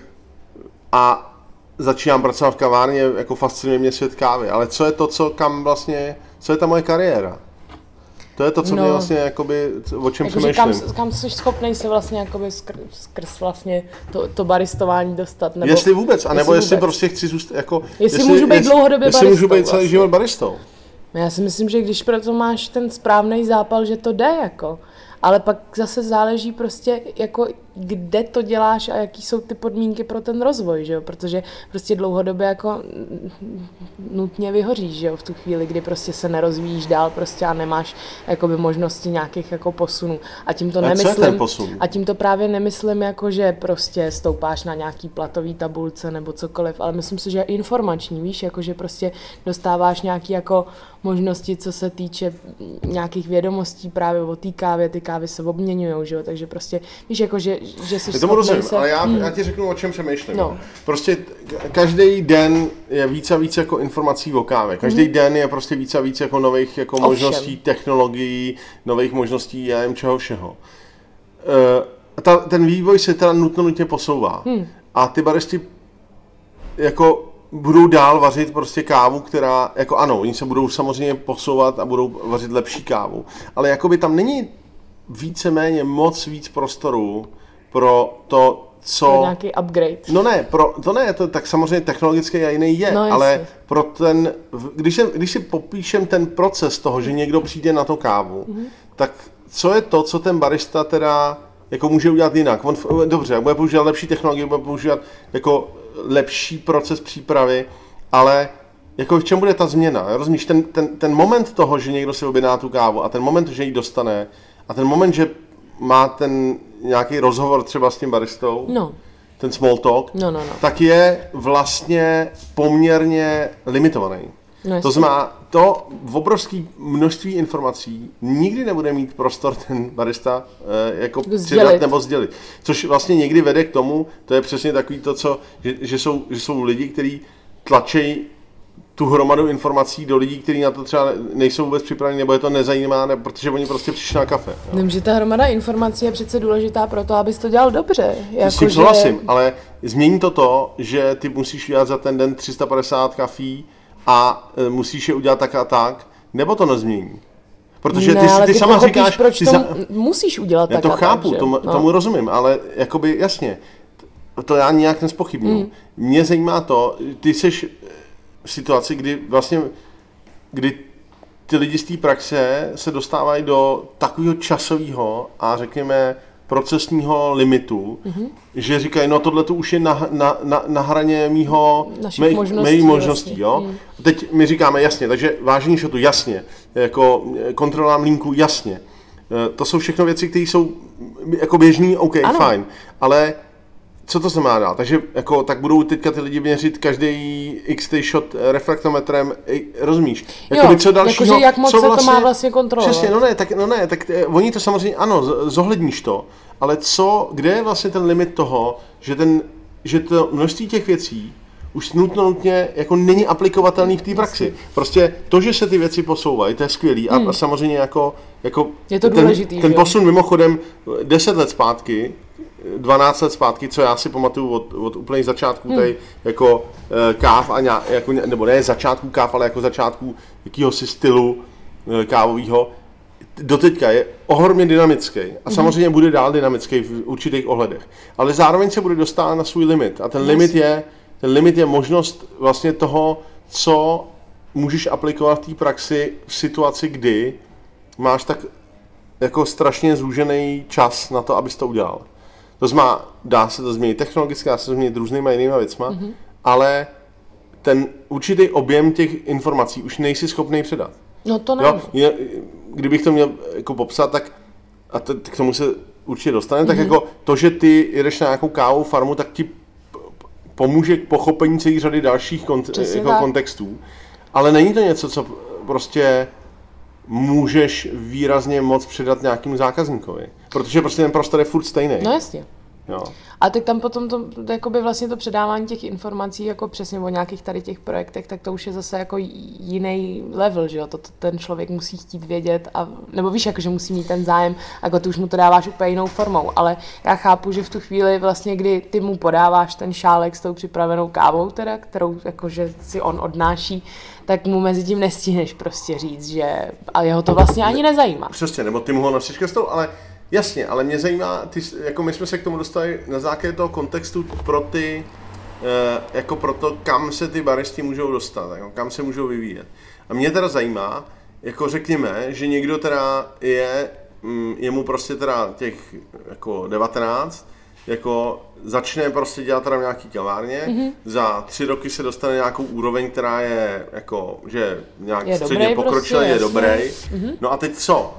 Speaker 2: a začínám pracovat v kavárně, jako fascinuje mě svět kávy, ale co je to, co kam vlastně, co je ta moje kariéra? To je to, co no, mě vlastně, jakoby, o čem
Speaker 3: jako
Speaker 2: přemýšlím.
Speaker 3: Kam, kam jsi schopnej se vlastně jakoby skr, skrz vlastně to, to baristování dostat? Nebo,
Speaker 2: jestli vůbec, anebo jestli, jestli prostě chci zůstat, jako...
Speaker 3: Jestli, jestli můžu být
Speaker 2: jestli,
Speaker 3: dlouhodobě
Speaker 2: jestli
Speaker 3: baristou.
Speaker 2: Jestli můžu být celý
Speaker 3: vlastně.
Speaker 2: život baristou.
Speaker 3: Já si myslím, že když proto máš ten správný zápal, že to jde, jako. Ale pak zase záleží prostě, jako kde to děláš a jaký jsou ty podmínky pro ten rozvoj, že jo? Protože prostě dlouhodobě jako nutně vyhoříš, že jo? V tu chvíli, kdy prostě se nerozvíjíš dál prostě a nemáš jakoby možnosti nějakých jako posunů. A tím to
Speaker 2: a
Speaker 3: nemyslím.
Speaker 2: Co je ten posun?
Speaker 3: A tím to právě nemyslím jako, že prostě stoupáš na nějaký platový tabulce nebo cokoliv, ale myslím si, že je informační, víš, jako že prostě dostáváš nějaký jako možnosti, co se týče nějakých vědomostí právě o té kávě, ty kávy se obměňujou, že jo? Takže prostě víš, jako že že jsi
Speaker 2: tomu rozumím,
Speaker 3: se...
Speaker 2: ale já, hmm. já ti řeknu, o čem přemýšlím. No. Prostě každý den je víc a víc jako informací o kávě. Každý hmm. den je prostě víc a víc jako nových jako možností, technologií, nových možností, já nevím čeho všeho. Uh, ta, ten vývoj se teda nutno nutně posouvá. Hmm. A ty baristi jako budou dál vařit prostě kávu, která, jako ano, oni se budou samozřejmě posouvat a budou vařit lepší kávu. Ale jakoby tam není víceméně moc víc prostoru pro to, co...
Speaker 3: Pro nějaký upgrade.
Speaker 2: No ne, pro, to ne, to tak samozřejmě technologicky a jiný je, no, ale pro ten, když, je, když si popíšem ten proces toho, že někdo přijde na to kávu, mm-hmm. tak co je to, co ten barista teda jako může udělat jinak? On, dobře, bude používat lepší technologie, bude používat jako lepší proces přípravy, ale jako v čem bude ta změna? Rozumíš, ten, ten, ten moment toho, že někdo si objedná tu kávu a ten moment, že ji dostane a ten moment, že má ten nějaký rozhovor třeba s tím baristou,
Speaker 3: no.
Speaker 2: ten small talk,
Speaker 3: no, no, no.
Speaker 2: tak je vlastně poměrně limitovaný.
Speaker 3: No,
Speaker 2: to znamená, to v obrovské množství informací nikdy nebude mít prostor ten barista eh, jako přidat nebo sdělit. Což vlastně někdy vede k tomu, to je přesně takový to, co, že, že, jsou, že jsou lidi, kteří tlačí tu hromadu informací do lidí, kteří na to třeba nejsou vůbec připraveni, nebo je to nezajímá, ne, protože oni prostě přišli na kafe.
Speaker 3: Vím, že ta hromada informací je přece důležitá pro to, abys to dělal dobře.
Speaker 2: Jako s tím souhlasím, že... ale změní to to, že ty musíš udělat za ten den tři sta padesát kafí a musíš je udělat tak a tak, nebo to nezmění. Protože
Speaker 3: ne,
Speaker 2: ty, ty, ty
Speaker 3: ty
Speaker 2: sama říkáš...
Speaker 3: proč
Speaker 2: ty
Speaker 3: to
Speaker 2: za...
Speaker 3: musíš udělat
Speaker 2: já
Speaker 3: tak
Speaker 2: to
Speaker 3: a
Speaker 2: chápu,
Speaker 3: tak,
Speaker 2: tomu,
Speaker 3: no.
Speaker 2: tomu rozumím, ale jakoby jasně, to já nijak nespochybnuju. Mm. Mě zajímá to, ty jsi v situaci, kdy vlastně, kdy ty lidi z té praxe se dostávají do takového časového a řekněme procesního limitu, mm-hmm. že říkají, no tohle to už je na, na, na, na hraně mýho, mé, možností, mé možností. Vlastně. Jo? Mm. Teď my říkáme jasně, takže vážení šotu, jasně, jako kontrolám linku, jasně. To jsou všechno věci, které jsou jako běžný, OK, ano. Fajn, ale co to znamená dál? Takže jako, tak budou teďka ty lidi měřit každý X shot refraktometrem, rozumíš?
Speaker 3: Jako jo, co dalšího, jakože jak moc se vlastně, to má vlastně kontrolovat.
Speaker 2: Přesně, no ne, tak, no ne, tak oni to samozřejmě, ano, zohledníš to, ale co, kde je vlastně ten limit toho, že, ten, že to množství těch věcí už nutno nutně jako není aplikovatelný v té praxi. Prostě to, že se ty věci posouvají, to je skvělý hmm. a samozřejmě jako, jako
Speaker 3: je to
Speaker 2: ten,
Speaker 3: důležitý,
Speaker 2: ten posun mimochodem deset let zpátky, dvanáct let zpátky, co já si pamatuju od, od úplných začátků hmm. tady jako e, káv a nějak, jako, nebo ne začátku káv, ale jako začátku jakýhosi stylu e, kávového, doteďka je ohromně dynamický a samozřejmě bude dál dynamický v určitých ohledech, ale zároveň se bude dostávat na svůj limit a ten yes. limit je ten limit je možnost vlastně toho, co můžeš aplikovat v té praxi v situaci, kdy máš tak jako strašně zúžený čas na to, abys to udělal. To znamená, dá se to změnit technologicky, dá se to změnit různýma jinýma věcma, mm-hmm. ale ten určitý objem těch informací už nejsi schopný předat.
Speaker 3: No to ne.
Speaker 2: Jo, kdybych to měl jako popsat, tak a to, k tomu se určitě dostaneme, mm-hmm. tak jako to, že ty jedeš na nějakou kávovou farmu, tak ti pomůže k pochopení celé řady dalších kont- jako kontextů. Ale není to něco, co prostě můžeš výrazně moc předat nějakému zákazníkovi. Protože prostě ten prostor je furt stejný.
Speaker 3: No jasně.
Speaker 2: Jo.
Speaker 3: A tak tam potom to, jakoby vlastně to předávání těch informací jako přesně o nějakých tady těch projektech, tak to už je zase jako jiný level, že jo, to, to ten člověk musí chtít vědět, a, nebo víš, jako, že musí mít ten zájem, jako ty už mu to dáváš úplně jinou formou, ale já chápu, že v tu chvíli vlastně, kdy ty mu podáváš ten šálek s tou připravenou kávou teda, kterou jakože si on odnáší, tak mu mezi tím nestihneš prostě říct, že a jeho to vlastně ani nezajímá.
Speaker 2: Přesně, nebo ty mu ho nosíš ke stolu, ale jasně, ale mě zajímá, ty, jako my jsme se k tomu dostali na základě toho kontextu pro ty, jako pro to, kam se ty baristi můžou dostat, jako kam se můžou vyvíjet. A mě teda zajímá, jako řekněme, že někdo teda je, je mu prostě teda těch jako devatenáct, jako začne prostě dělat teda v nějaký kavárně, mm-hmm. za tři roky se dostane nějakou úroveň, která je jako, že nějak je středně pokročilý, prostě, je dobrý. Mm-hmm. No a teď co?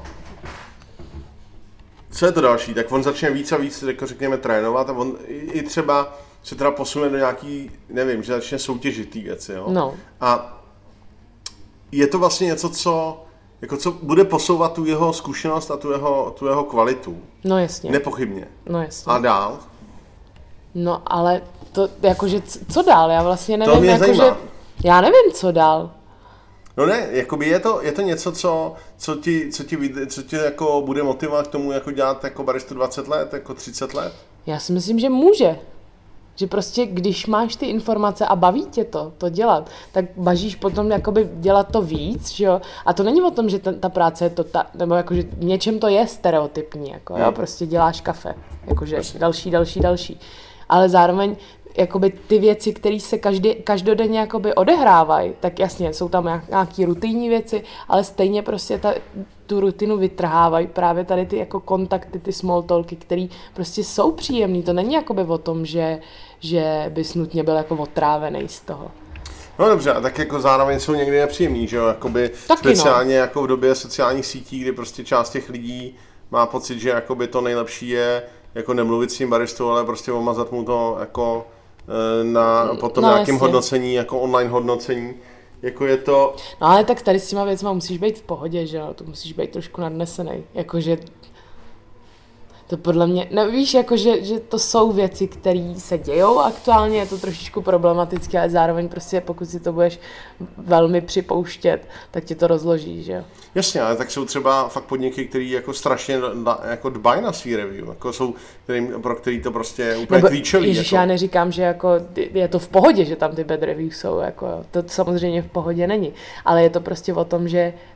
Speaker 2: Co je to další? Tak on začne víc a víc, jako řekněme, trénovat a on i třeba se teda posune do nějaký, nevím, že začne soutěžit ty věci, jo?
Speaker 3: No.
Speaker 2: A je to vlastně něco, co, jako co bude posouvat tu jeho zkušenost a tu jeho, tu jeho kvalitu.
Speaker 3: No jasně.
Speaker 2: Nepochybně.
Speaker 3: No jasně.
Speaker 2: A dál?
Speaker 3: No ale to, jakože, co dál? Já vlastně nevím,
Speaker 2: to mě
Speaker 3: jakože,
Speaker 2: zajímá.
Speaker 3: Já nevím, co dál.
Speaker 2: No ne, jakoby je to, je to něco, co, co ti, co ti, co ti jako bude motivovat k tomu jako dělat jako baristu dvacet let, jako třicet let?
Speaker 3: Já si myslím, že může. Že prostě, když máš ty informace a baví tě to, to dělat, tak bažíš potom jakoby dělat to víc, že jo? A to není o tom, že ten, ta práce je to, ta, nebo jakože v něčem to je stereotypní, jako jo? Prostě děláš kafe, jakože Jasně. další, další, další. Ale zároveň jakoby ty věci, které se každý, každodenně jakoby odehrávají, tak jasně, jsou tam nějaké rutinní věci, ale stejně prostě ta, tu rutinu vytrhávají právě tady ty jako kontakty, ty small talky, které prostě jsou příjemný. To není jakoby o tom, že, že bys nutně byl jako otrávený z toho.
Speaker 2: No dobře, a tak jako zároveň jsou někdy nepříjemný, že jo, jakoby taky speciálně no. Jako v době sociálních sítí, kdy prostě část těch lidí má pocit, že jakoby to nejlepší je jako nemluvit s tím baristou, ale prostě omazat mu to jako na potom no, nějakým jasně. hodnocení, jako online hodnocení, jako je to...
Speaker 3: No ale tak tady s těma věcma musíš být v pohodě, že jo, to musíš být trošku nadnesenej, jakože to podle mě, no víš, jakože že to jsou věci, které se dějou aktuálně, je to trošičku problematické, ale zároveň prostě pokud si to budeš velmi připouštět, tak ti to rozloží, že jo.
Speaker 2: Jasně, ale tak jsou třeba fakt podniky, který jako strašně jako dbají na svý review, jako jsou, kterým, pro který to prostě je úplně klíčový.
Speaker 3: Ježiš,
Speaker 2: jako.
Speaker 3: Já neříkám, že jako je to v pohodě, že tam ty bad reviews jsou, jako to samozřejmě v pohodě není, ale je to prostě o tom, že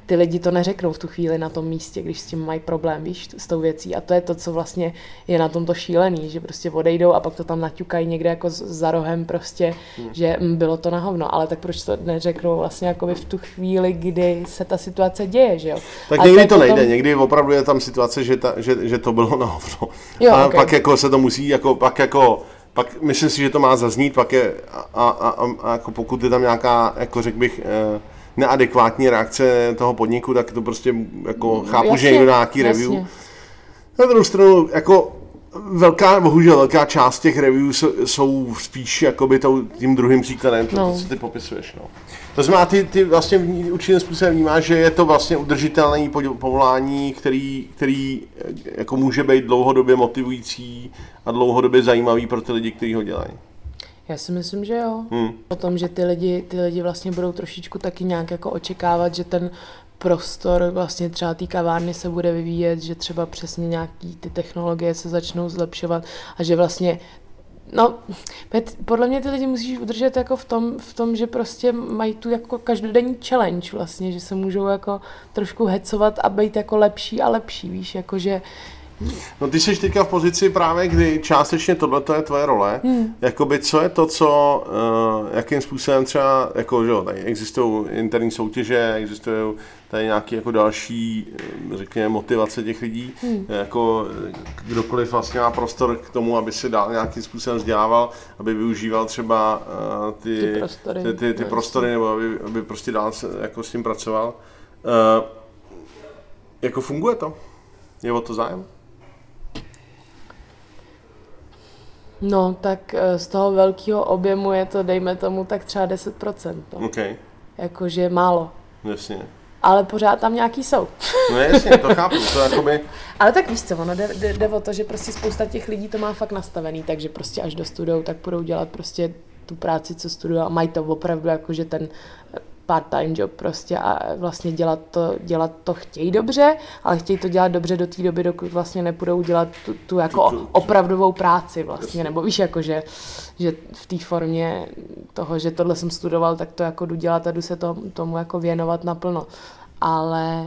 Speaker 3: ty lidi to neřeknou v tu chvíli na tom místě, když s tím mají problém, víš, s tou věcí. A to je to, co vlastně je na tomto šílený, že prostě odejdou a pak to tam naťukají někde jako za rohem prostě, hmm. že hm, bylo to na hovno. Ale tak proč to neřeknou vlastně jakoby v tu chvíli, kdy se ta situace děje, že jo?
Speaker 2: Tak
Speaker 3: a
Speaker 2: někdy to
Speaker 3: potom...
Speaker 2: nejde, někdy opravdu je tam situace, že, ta, že, že to bylo na hovno.
Speaker 3: Jo,
Speaker 2: a
Speaker 3: okay.
Speaker 2: pak jako se to musí, jako, pak jako, pak myslím si, že to má zaznít, pak je, a, a, a, a jako pokud je tam nějaká, jako řekl bych, eh, neadekvátní reakce toho podniku, tak to prostě jako chápu,
Speaker 3: jasně,
Speaker 2: že někdo nějaký
Speaker 3: jasně.
Speaker 2: review. Na druhou stranu, jako velká, bohužel velká část těch review jsou spíš jakoby tím druhým příkladem, to, no. co ty popisuješ. No. To znamená, ty, ty vlastně určitým způsobem vnímáš, že je to vlastně udržitelné povolání, který, který jako může být dlouhodobě motivující a dlouhodobě zajímavý pro ty lidi, kteří ho dělají.
Speaker 3: Já si myslím, že jo.
Speaker 2: Hmm.
Speaker 3: O tom, že ty lidi, ty lidi vlastně budou trošičku taky nějak jako očekávat, že ten prostor vlastně třeba té kavárny se bude vyvíjet, že třeba přesně nějaký ty technologie se začnou zlepšovat a že vlastně no, podle mě ty lidi musíš udržet jako v tom, v tom, že prostě mají tu jako každodenní challenge vlastně, že se můžou jako trošku hecovat a být jako lepší a lepší, víš, jakože
Speaker 2: No ty jsi teďka v pozici právě, kdy částečně tohleto je tvoje role. Hmm. Jakoby co je to, co, uh, jakým způsobem třeba, jako, že jo, tady existují interní soutěže, existují tady nějaké jako další, řekněme, motivace těch lidí. Hmm. Jako kdokoliv vlastně má prostor k tomu, aby se dál nějakým způsobem vzdělával, aby využíval třeba uh, ty,
Speaker 3: ty prostory,
Speaker 2: ty, ty, ty prostory nebo aby, aby prostě dál se, jako s tím pracoval. Uh, jako funguje to? Je o to zájem?
Speaker 3: No, tak z toho velkého objemu je to, dejme tomu, tak třeba deset procent. No.
Speaker 2: Okay.
Speaker 3: Jakože málo.
Speaker 2: Jasně.
Speaker 3: Ale pořád tam nějaký jsou.
Speaker 2: No jasně, to chápu. To jakoby...
Speaker 3: Ale tak víš co, ono jde, jde, jde o to, že prostě spousta těch lidí to má fakt nastavený, takže prostě až dostudujou, tak budou dělat prostě tu práci, co studují a mají to opravdu jakože ten part-time job prostě a vlastně dělat to, dělat to chtějí dobře, ale chtějí to dělat dobře do té doby, dokud vlastně nepůjdou dělat tu, tu jako opravdovou práci vlastně, nebo víš, jako že, že v té formě toho, že tohle jsem studoval, tak to jako jdu dělat a jdu se to, tomu jako věnovat naplno. Ale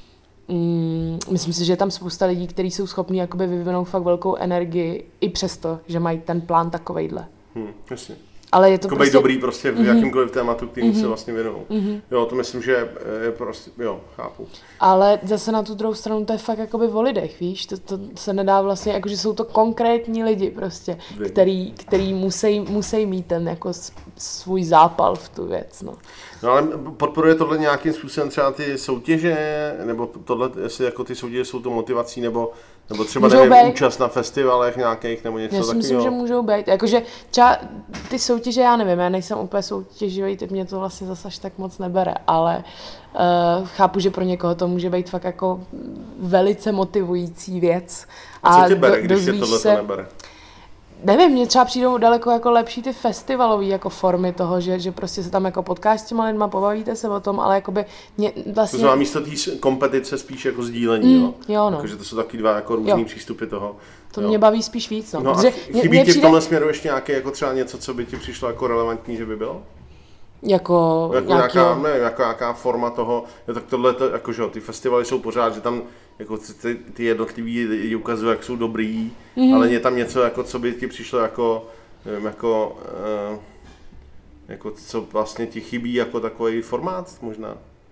Speaker 3: mm, myslím si, že je tam spousta lidí, kteří jsou schopní jakoby vyvinout fakt velkou energii i přesto, že mají ten plán takovejhle.
Speaker 2: Hmm, jasně.
Speaker 3: Ale je to
Speaker 2: jako
Speaker 3: prostě...
Speaker 2: být dobrý prostě v mm-hmm. jakýmkoliv tématu, kterým mm-hmm. se vlastně věnou.
Speaker 3: Mm-hmm.
Speaker 2: Jo, to myslím, že je prostě, jo, chápu.
Speaker 3: Ale zase na tu druhou stranu to je fakt jakoby o lidech, víš, to, to se nedá vlastně, jakože jsou to konkrétní lidi prostě, Vy. který, který musí, musí mít ten jako svůj zápal v tu věc, no.
Speaker 2: No ale podporuje tohle nějakým způsobem třeba ty soutěže, nebo tohle, jestli jako ty soutěže jsou to motivací, nebo Nebo třeba
Speaker 3: můžou
Speaker 2: nevím,
Speaker 3: být.
Speaker 2: účast na festivalech nějakých nebo něco
Speaker 3: takového? Já si myslím,
Speaker 2: takového.
Speaker 3: že můžou být. Jakože třeba ty soutěže, já nevím, já nejsem úplně soutěživý, typ mě to vlastně zase až tak moc nebere, ale uh, chápu, že pro někoho to může být fakt jako velice motivující věc.
Speaker 2: A co tě bere,
Speaker 3: do,
Speaker 2: když tě tohle
Speaker 3: se,
Speaker 2: to nebere?
Speaker 3: Nevím, mně třeba přijdou daleko jako lepší ty festivalové jako formy toho, že, že prostě se tam jako potkáš s těma lidma, pobavíte se o tom, ale jakoby mě vlastně...
Speaker 2: To znamená místo té kompetice spíš jako sdílení,
Speaker 3: mm,
Speaker 2: jo?
Speaker 3: Jo, no.
Speaker 2: Takže to jsou taky dva jako různý přístupy toho.
Speaker 3: To
Speaker 2: jo.
Speaker 3: mě baví spíš víc, no.
Speaker 2: No a chybí
Speaker 3: mě, mě
Speaker 2: ti
Speaker 3: přijde...
Speaker 2: v tomhle směru ještě nějaké jako třeba něco, co by ti přišlo jako relevantní, že by bylo?
Speaker 3: Jako,
Speaker 2: jako
Speaker 3: nějaký...
Speaker 2: nějaká, ne, jako nějaká forma toho, jo, tak tohle, to, jako, že, ty festivaly jsou pořád, že tam jako ty, ty jednotlivý lidi ukazují, jak jsou dobrý, mm-hmm. ale je tam něco, jako, co by ti přišlo jako, nevím, jako, uh, jako, co vlastně ti chybí jako takový formát možná?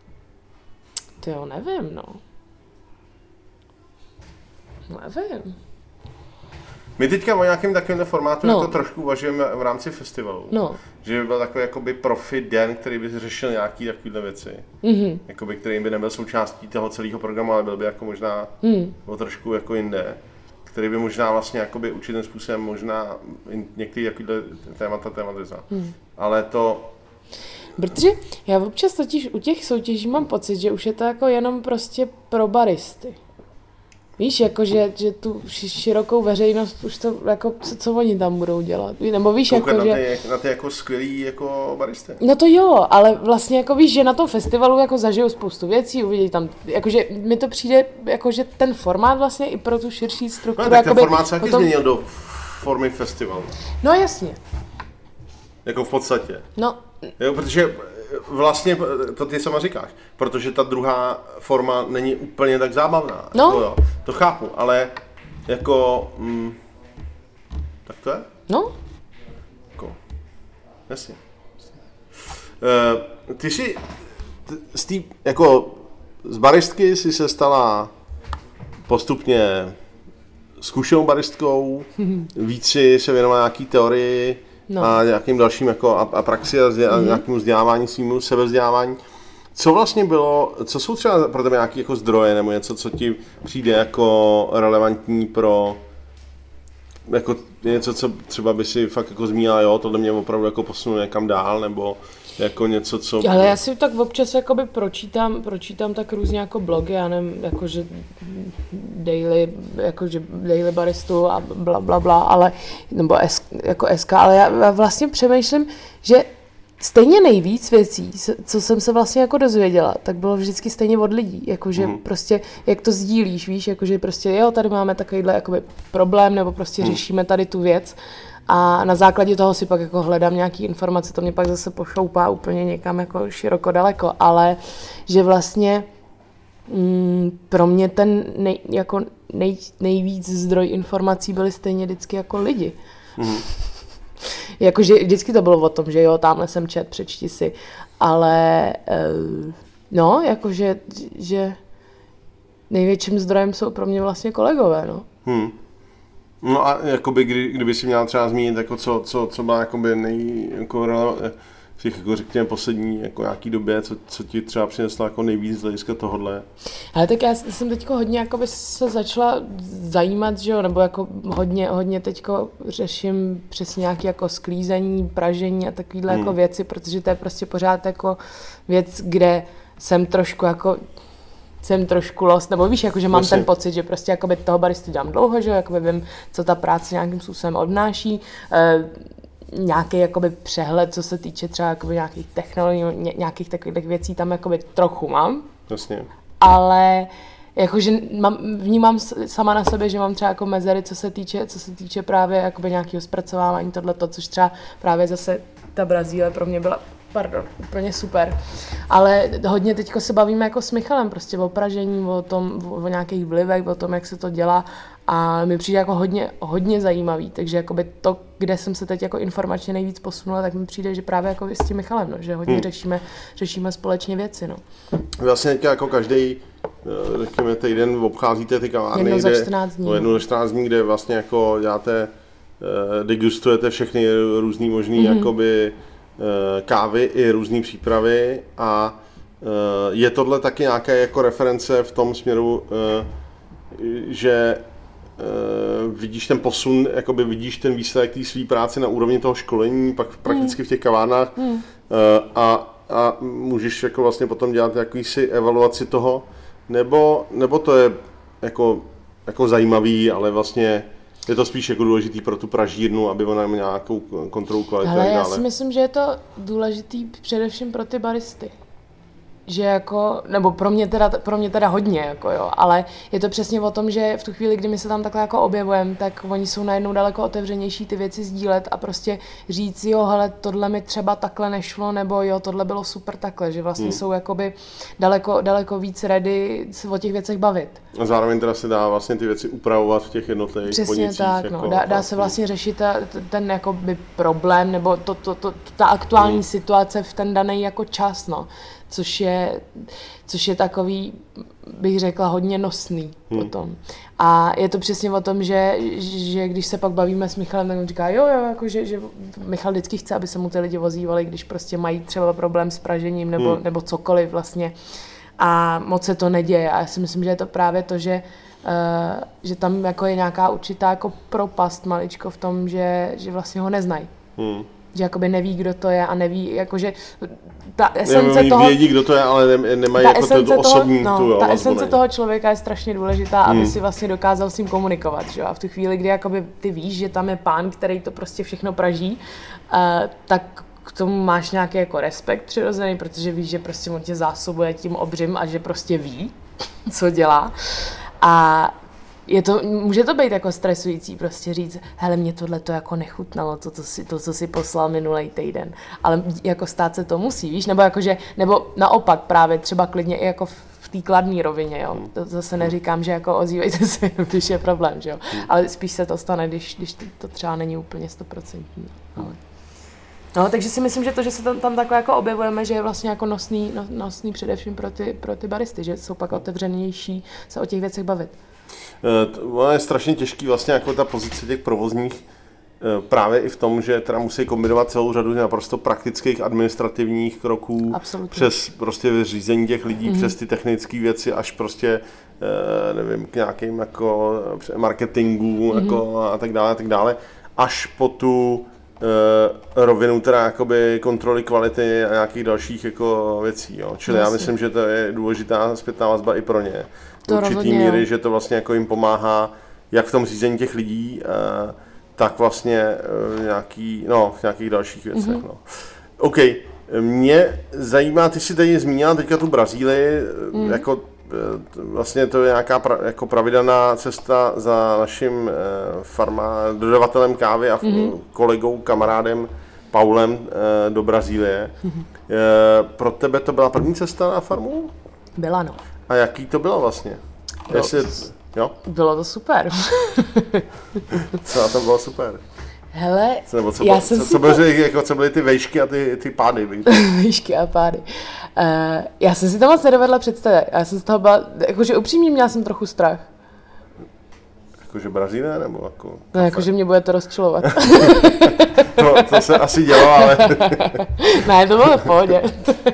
Speaker 3: To jo, nevím, no. Nevím.
Speaker 2: My teďka o nějakém takovém formátu
Speaker 3: no.
Speaker 2: jako trošku uvažujeme v rámci festivalu.
Speaker 3: No.
Speaker 2: Že by byl takový jakoby profi den, který by řešil nějaký takovýhle věci.
Speaker 3: Mm-hmm.
Speaker 2: Jakoby, který by nebyl součástí toho celého programu, ale byl by jako možná
Speaker 3: mm.
Speaker 2: o trošku jako jinde. Který by možná vlastně jakoby určitým způsobem možná některé takovýhle témata tematizoval. Mm. Ale to...
Speaker 3: Protože já občas totiž u těch soutěží mám pocit, že už je to jako jenom prostě pro baristy. Víš, jako, že, že tu širokou veřejnost už to, jako, co, co oni tam budou dělat, nebo víš,
Speaker 2: Koukat
Speaker 3: jako,
Speaker 2: na
Speaker 3: že...
Speaker 2: ty, na ty jako skvělý jako baristy.
Speaker 3: No to jo, ale vlastně jako víš, že na tom festivalu jako zažijou spoustu věcí, uvidí tam, jakože mi to přijde, jako, že ten formát vlastně i pro tu širší strukturu,
Speaker 2: no, tak ten
Speaker 3: jakoby,
Speaker 2: formát se taky
Speaker 3: potom...
Speaker 2: změnil do formy festivalu.
Speaker 3: No jasně.
Speaker 2: Jako v podstatě.
Speaker 3: No.
Speaker 2: Jo, protože vlastně to ty sama říkáš, protože ta druhá forma není úplně tak zábavná.
Speaker 3: No.
Speaker 2: Jako, jo, to chápu, ale jako... Mm, tak to je?
Speaker 3: No.
Speaker 2: Jako, jasně. Uh, ty jsi z tý, jako z baristky jsi se stala postupně zkušenou baristkou, víc si se věnovala nějaký teorii no. a nějakým dalším jako a, a praxi a, zdě, mm-hmm. a nějakému vzdělávání, svýmu sebevzdělávání. Co vlastně bylo, co jsou třeba pro tebe nějaké jako zdroje nebo něco, co ti přijde jako relevantní pro jako něco, co třeba by si fakt jako zmínila, jo, tohle mě opravdu jako posunul někam dál, nebo jako něco, co...
Speaker 3: Ale já si tak občas jakoby pročítám, pročítám tak různě jako blogy, já nevím, jakože daily, jakože daily baristu a bla, bla, bla, ale, nebo S, jako S K, ale já, já vlastně přemýšlím, že stejně nejvíc věcí, co jsem se vlastně jako dozvěděla, tak bylo vždycky stejně od lidí, jakože mm. prostě, jak to sdílíš, víš, jakože prostě jo, tady máme takovýhle jakoby problém, nebo prostě mm. řešíme tady tu věc a na základě toho si pak jako hledám nějaký informace, to mě pak zase pošoupá úplně někam jako široko daleko, ale že vlastně mm, pro mě ten nej, jako nej, nejvíc zdroj informací byly stejně vždycky jako lidi. Mm. Jakože vždycky to bylo o tom, že jo, tamhle jsem čet, přečti si, ale no, jakože že největším zdrojem jsou pro mě vlastně kolegové, no.
Speaker 2: Hmm. No a jakoby, kdy, kdyby si měla třeba zmínit, jako co, co, co byla jakoby nej, jako, v těch, jako řekněme, poslední jako nějaký době, co, co ti třeba přineslo jako nejvíc z hlediska tohodle?
Speaker 3: Ale tak já jsem teďko hodně jakoby se začala zajímat, že jo, nebo jako hodně, hodně teďko řeším přesně nějaké jako sklízení, pražení a takovýhle hmm. jako věci, protože to je prostě pořád jako věc, kde jsem trošku jako jsem trošku lost, nebo víš, jakože mám Myslím. ten pocit, že prostě jakoby toho baristu dělám dlouho, že jo, jakoby vím, co ta práce nějakým způsobem odnáší, e, nějaký jakoby přehled, co se týče třeba jakoby nějakých technologií, ně, nějakých takových věcí tam jakoby trochu mám.
Speaker 2: Jasně.
Speaker 3: Ale jakože mám, vnímám sama na sobě, že mám třeba jako mezery, co se týče, co se týče právě jakoby nějakého zpracovávání tohleto, což třeba právě zase ta Brazílie pro mě byla Pardon, úplně super. Ale hodně teďko se bavíme jako s Michalem prostě o pražení, o tom, o nějakých vlivech, o tom, jak se to dělá a mi přijde jako hodně, hodně zajímavý, takže jakoby to, kde jsem se teď jako informačně nejvíc posunula, tak mi přijde, že právě jako s tím Michalem, no, že hodně hmm. řešíme, řešíme společně věci, no.
Speaker 2: Vlastně teď jako každý, řekněme, týden obcházíte ty kavárny,
Speaker 3: jednou za čtrnáct dní.
Speaker 2: No, jednou za čtrnáct dní, kde vlastně jako děláte, degustujete všechny různý možný mm-hmm. jakoby kávy i různé přípravy a je tohle taky nějaké jako reference v tom směru, že vidíš ten posun, jakoby vidíš ten výsledek té své práce na úrovni toho školení, pak prakticky v těch kavárnách mm. a, a můžeš jako vlastně potom dělat jakýsi evaluaci toho, nebo, nebo to je jako, jako zajímavý, ale vlastně je to spíš jako důležitý pro tu pražírnu, aby ona měla nějakou kontrolu kvality a tak dále.
Speaker 3: Já si myslím, že je to důležitý především pro ty baristy. Že jako, nebo pro mě teda, pro mě teda hodně, jako jo, ale je to přesně o tom, že v tu chvíli, kdy my se tam takhle jako objevujeme, tak oni jsou najednou daleko otevřenější ty věci sdílet a prostě říct, jo, hele, tohle mi třeba takhle nešlo, nebo jo, tohle bylo super takhle, že vlastně hmm. jsou jakoby daleko, daleko víc ready se o těch věcech bavit.
Speaker 2: A zároveň teda se dá vlastně ty věci upravovat v těch jednotlivých
Speaker 3: Přesně
Speaker 2: podnicích.
Speaker 3: tak,
Speaker 2: jako,
Speaker 3: no. dá, dá se vlastně řešit ta, ten jakoby problém, nebo to, to, to, ta aktuální hmm. situace v ten daný jako čas, no. Což je, což je takový, bych řekla, hodně nosný hmm. potom. A je to přesně o tom, že, že když se pak bavíme s Michalem, tak on říká, jo, jo, jako, že, že Michal vždycky chce, aby se mu ty lidi vozívali, když prostě mají třeba problém s pražením nebo, hmm. nebo cokoliv vlastně. A moc se to neděje. A já si myslím, že je to právě to, že, uh, že tam jako je nějaká určitá jako propast maličko v tom, že, že vlastně ho neznají. Hmm. Že jakoby neví, kdo to je a neví, jakože ta esence toho...
Speaker 2: Vědí, kdo to je, ale ne, nemají jako tu, tu osobní...
Speaker 3: Toho,
Speaker 2: tu,
Speaker 3: no,
Speaker 2: jo,
Speaker 3: ta esence toho člověka je strašně důležitá, hmm. aby si vlastně dokázal s ním komunikovat, že jo? A v tu chvíli, kdy jakoby ty víš, že tam je pán, který to prostě všechno praží, uh, tak k tomu máš nějaký jako respekt přirozený, protože víš, že prostě on tě zásobuje tím obřím a že prostě ví, co dělá. A je to, může to být jako stresující prostě říct, hele, mě tohle to jako nechutnalo, to, to, si, to, co si poslal minulej týden, ale jako stát se to musí, víš, nebo jakože, nebo naopak právě třeba klidně i jako v té kladné rovině, jo, to zase neříkám, že jako ozývejte se, když je problém, že jo, ale spíš se to stane, když, když to třeba není úplně stoprocentní, ale... No, takže si myslím, že to, že se tam, tam takhle jako objevujeme, že je vlastně jako nosný, no, nosný především pro ty, pro ty baristy, že jsou pak otevřenější se o těch věcech bavit.
Speaker 2: Ono je strašně těžký vlastně jako ta pozice těch provozních právě i v tom, že teda musí kombinovat celou řadu naprosto praktických administrativních kroků. Absolutně. Přes prostě vyřízení těch lidí, mm-hmm. přes ty technické věci, až prostě nevím, k nějakým jako marketingu mm-hmm. jako a tak dále, a tak dále, až po tu Uh, rovinu teda jakoby kontroly kvality a nějakých dalších jako věcí, jo. Čili Jasně. já myslím, že to je důležitá zpětná vazba i pro ně. Do určitý míry, jo. že to vlastně jako jim pomáhá jak v tom řízení těch lidí, uh, tak vlastně uh, nějaký, no, v nějakých dalších věcech, mm-hmm. no. OK, mě zajímá, ty jsi tady zmínila teďka tu Brazílii, mm. jako vlastně to je nějaká pra, jako pravidelná cesta za naším eh, farma, dodavatelem kávy a mm-hmm. kolegou, kamarádem Paulem eh, do Brazílie. Mm-hmm. Eh, pro tebe to byla první cesta na farmu?
Speaker 3: Byla, no.
Speaker 2: A jaký to bylo vlastně?
Speaker 3: Bylo,
Speaker 2: Jestli, jo?
Speaker 3: Bylo to super.
Speaker 2: Co na tom bylo super?
Speaker 3: Hele,
Speaker 2: co, nebo co,
Speaker 3: já
Speaker 2: co,
Speaker 3: jsem
Speaker 2: co,
Speaker 3: si
Speaker 2: co, byly,
Speaker 3: to...
Speaker 2: jako, co byly ty vejšky a ty, ty pády?
Speaker 3: Vejšky a pády. Uh, já jsem si to moc nedovedla představit. Já jsem z toho byla, jakože upřímně měla jsem trochu strach.
Speaker 2: Jakože Brazílie, nebo jako...
Speaker 3: No, jakože mě bude to rozčilovat.
Speaker 2: to, to se asi dělo, ale...
Speaker 3: Ne, to bylo v pohodě.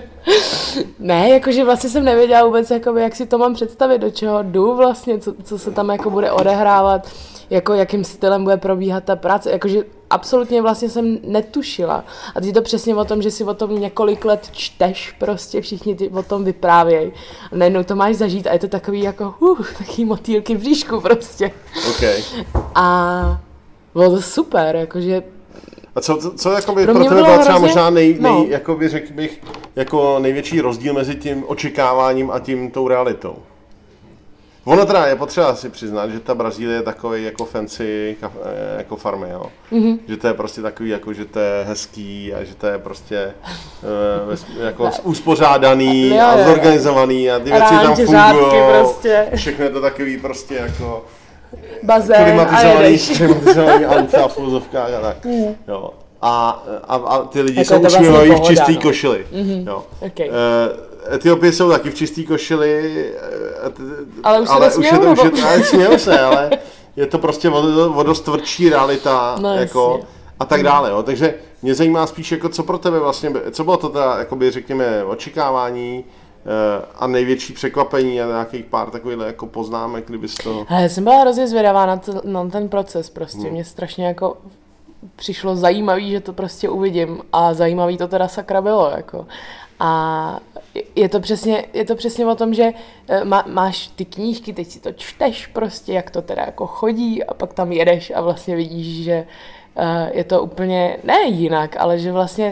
Speaker 3: Ne, jakože vlastně jsem nevěděla vůbec, jakoby, jak si to mám představit, do čeho jdu vlastně, co, co se tam jako bude odehrávat, jako jakým stylem bude probíhat ta práce, jakože absolutně vlastně jsem netušila. A teď je to přesně o tom, že si o tom několik let čteš, prostě všichni ty o tom vyprávějí. A najednou to máš zažít a je to takový jako, uh, takový motýlky v bříšku prostě.
Speaker 2: Okay.
Speaker 3: A bylo to super, jakože...
Speaker 2: A co, co, co jakoby pro, pro tebe byl třeba možná nej, nej, no. jakoby, řekl bych, jako největší rozdíl mezi tím očekáváním a tím tou realitou? Ono teda je potřeba si přiznat, že ta Brazílie je takový jako fancy jako farmy, jo. Mm-hmm. Že to je prostě takový, jako že to je hezký a že to je prostě uh, jako uspořádaný no, a zorganizovaný a ty věci tam fungují. Prostě. Všechno je to takový prostě jako
Speaker 3: bazén
Speaker 2: klimatizovaný, klimatizovaný auta v úzovkách a tak. Mm. Jo. A, a, a ty lidi jako jsou usměvaví vlastně v čistý no. košili. Mm-hmm. Jo. Okay. Uh, Etiopie jsou taky v čistý košili,
Speaker 3: ale už se
Speaker 2: ale
Speaker 3: nesmějou,
Speaker 2: už je to, už je, ale smějou se, ale je to prostě o dost tvrdší realita, no, jako, a tak dále, jo. Takže mě zajímá spíš, jako, co pro tebe vlastně, co bylo to teda, jakoby, řekněme, očekávání a největší překvapení a nějakých pár takových jako poznámek, kdybys to...
Speaker 3: Hele, jsem byla hrozně zvědavá na, to, na ten proces prostě, hmm. mě strašně jako přišlo zajímavý, že to prostě uvidím a zajímavý to teda sakra bylo, jako. A je to přesně, je to přesně o tom, že má, máš ty knížky, teď si to čteš prostě, jak to teda jako chodí a pak tam jedeš a vlastně vidíš, že uh, je to úplně, ne jinak, ale že vlastně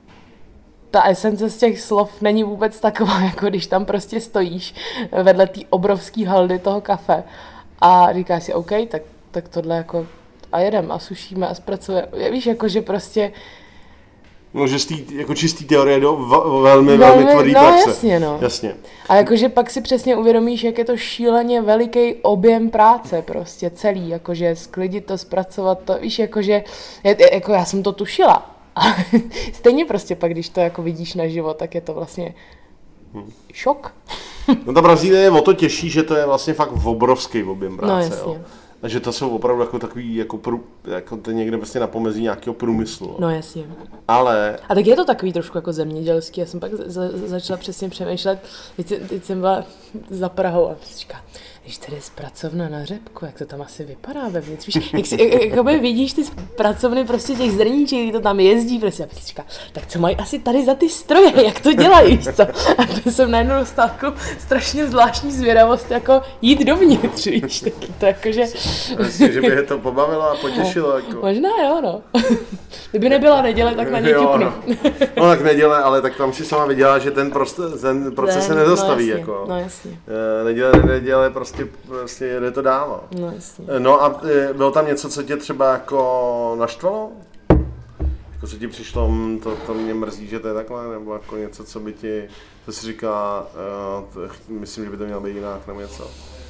Speaker 3: ta esence z těch slov není vůbec taková, jako když tam prostě stojíš vedle té obrovské haldy toho kafe a říkáš si, OK, tak, tak tohle jako a jedem a sušíme a zpracujeme. Víš, jako že prostě
Speaker 2: no, že z té jako čistý teorie do v, velmi, velmi tvrdý
Speaker 3: no,
Speaker 2: praxe.
Speaker 3: Jasně, no.
Speaker 2: Jasně.
Speaker 3: A jakože pak si přesně uvědomíš, jak je to šíleně veliký objem práce prostě celý, jakože sklidit to, zpracovat to, víš, jakože, jako já jsem to tušila. A stejně prostě pak, když to jako vidíš naživo, tak je to vlastně hmm. šok.
Speaker 2: No ta Brazílie je o to těžší, že to je vlastně fakt obrovský objem práce,
Speaker 3: no, jasně.
Speaker 2: Jo. A že to jsou opravdu jako takový, jako, prů, jako to někde vlastně na pomezí nějakého průmyslu.
Speaker 3: No jasně.
Speaker 2: Ale...
Speaker 3: A tak je to takový trošku jako zemědělský, já jsem pak za, začala přesně přemýšlet, teď, teď jsem byla za Prahou a říká, když tady je pracovna na řepku, jak to tam asi vypadá vevnitř, víš, jak si, jak, jakoby vidíš ty pracovny prostě těch zrníček, jak to tam jezdí, prostě a říká, tak co mají asi tady za ty stroje, jak to dělají, víš co? A to jsem najednou dostala strašně zvláštní zvědavost, jako jít dovnitř, víš, taky to jakože...
Speaker 2: Myslím, že by je to pobavilo a potěšilo. Jako.
Speaker 3: Možná jo, no. Kdyby nebyla neděle, tak na ně
Speaker 2: jo,
Speaker 3: tipnu.
Speaker 2: no. no tak neděle, ale tak tam si sama viděla, že ten, prost, ten proces se nezastaví.
Speaker 3: No jasně,
Speaker 2: jako.
Speaker 3: no jasně.
Speaker 2: Neděle, neděle, prostě, prostě jede to dál.
Speaker 3: No jasně.
Speaker 2: No a bylo tam něco, co tě třeba jako naštvalo? Jako co ti přišlo, to, to mě mrzí, že to je takhle, nebo jako něco, co by ti, co si říká, uh, myslím, že by to mělo být jinak, nebo něco?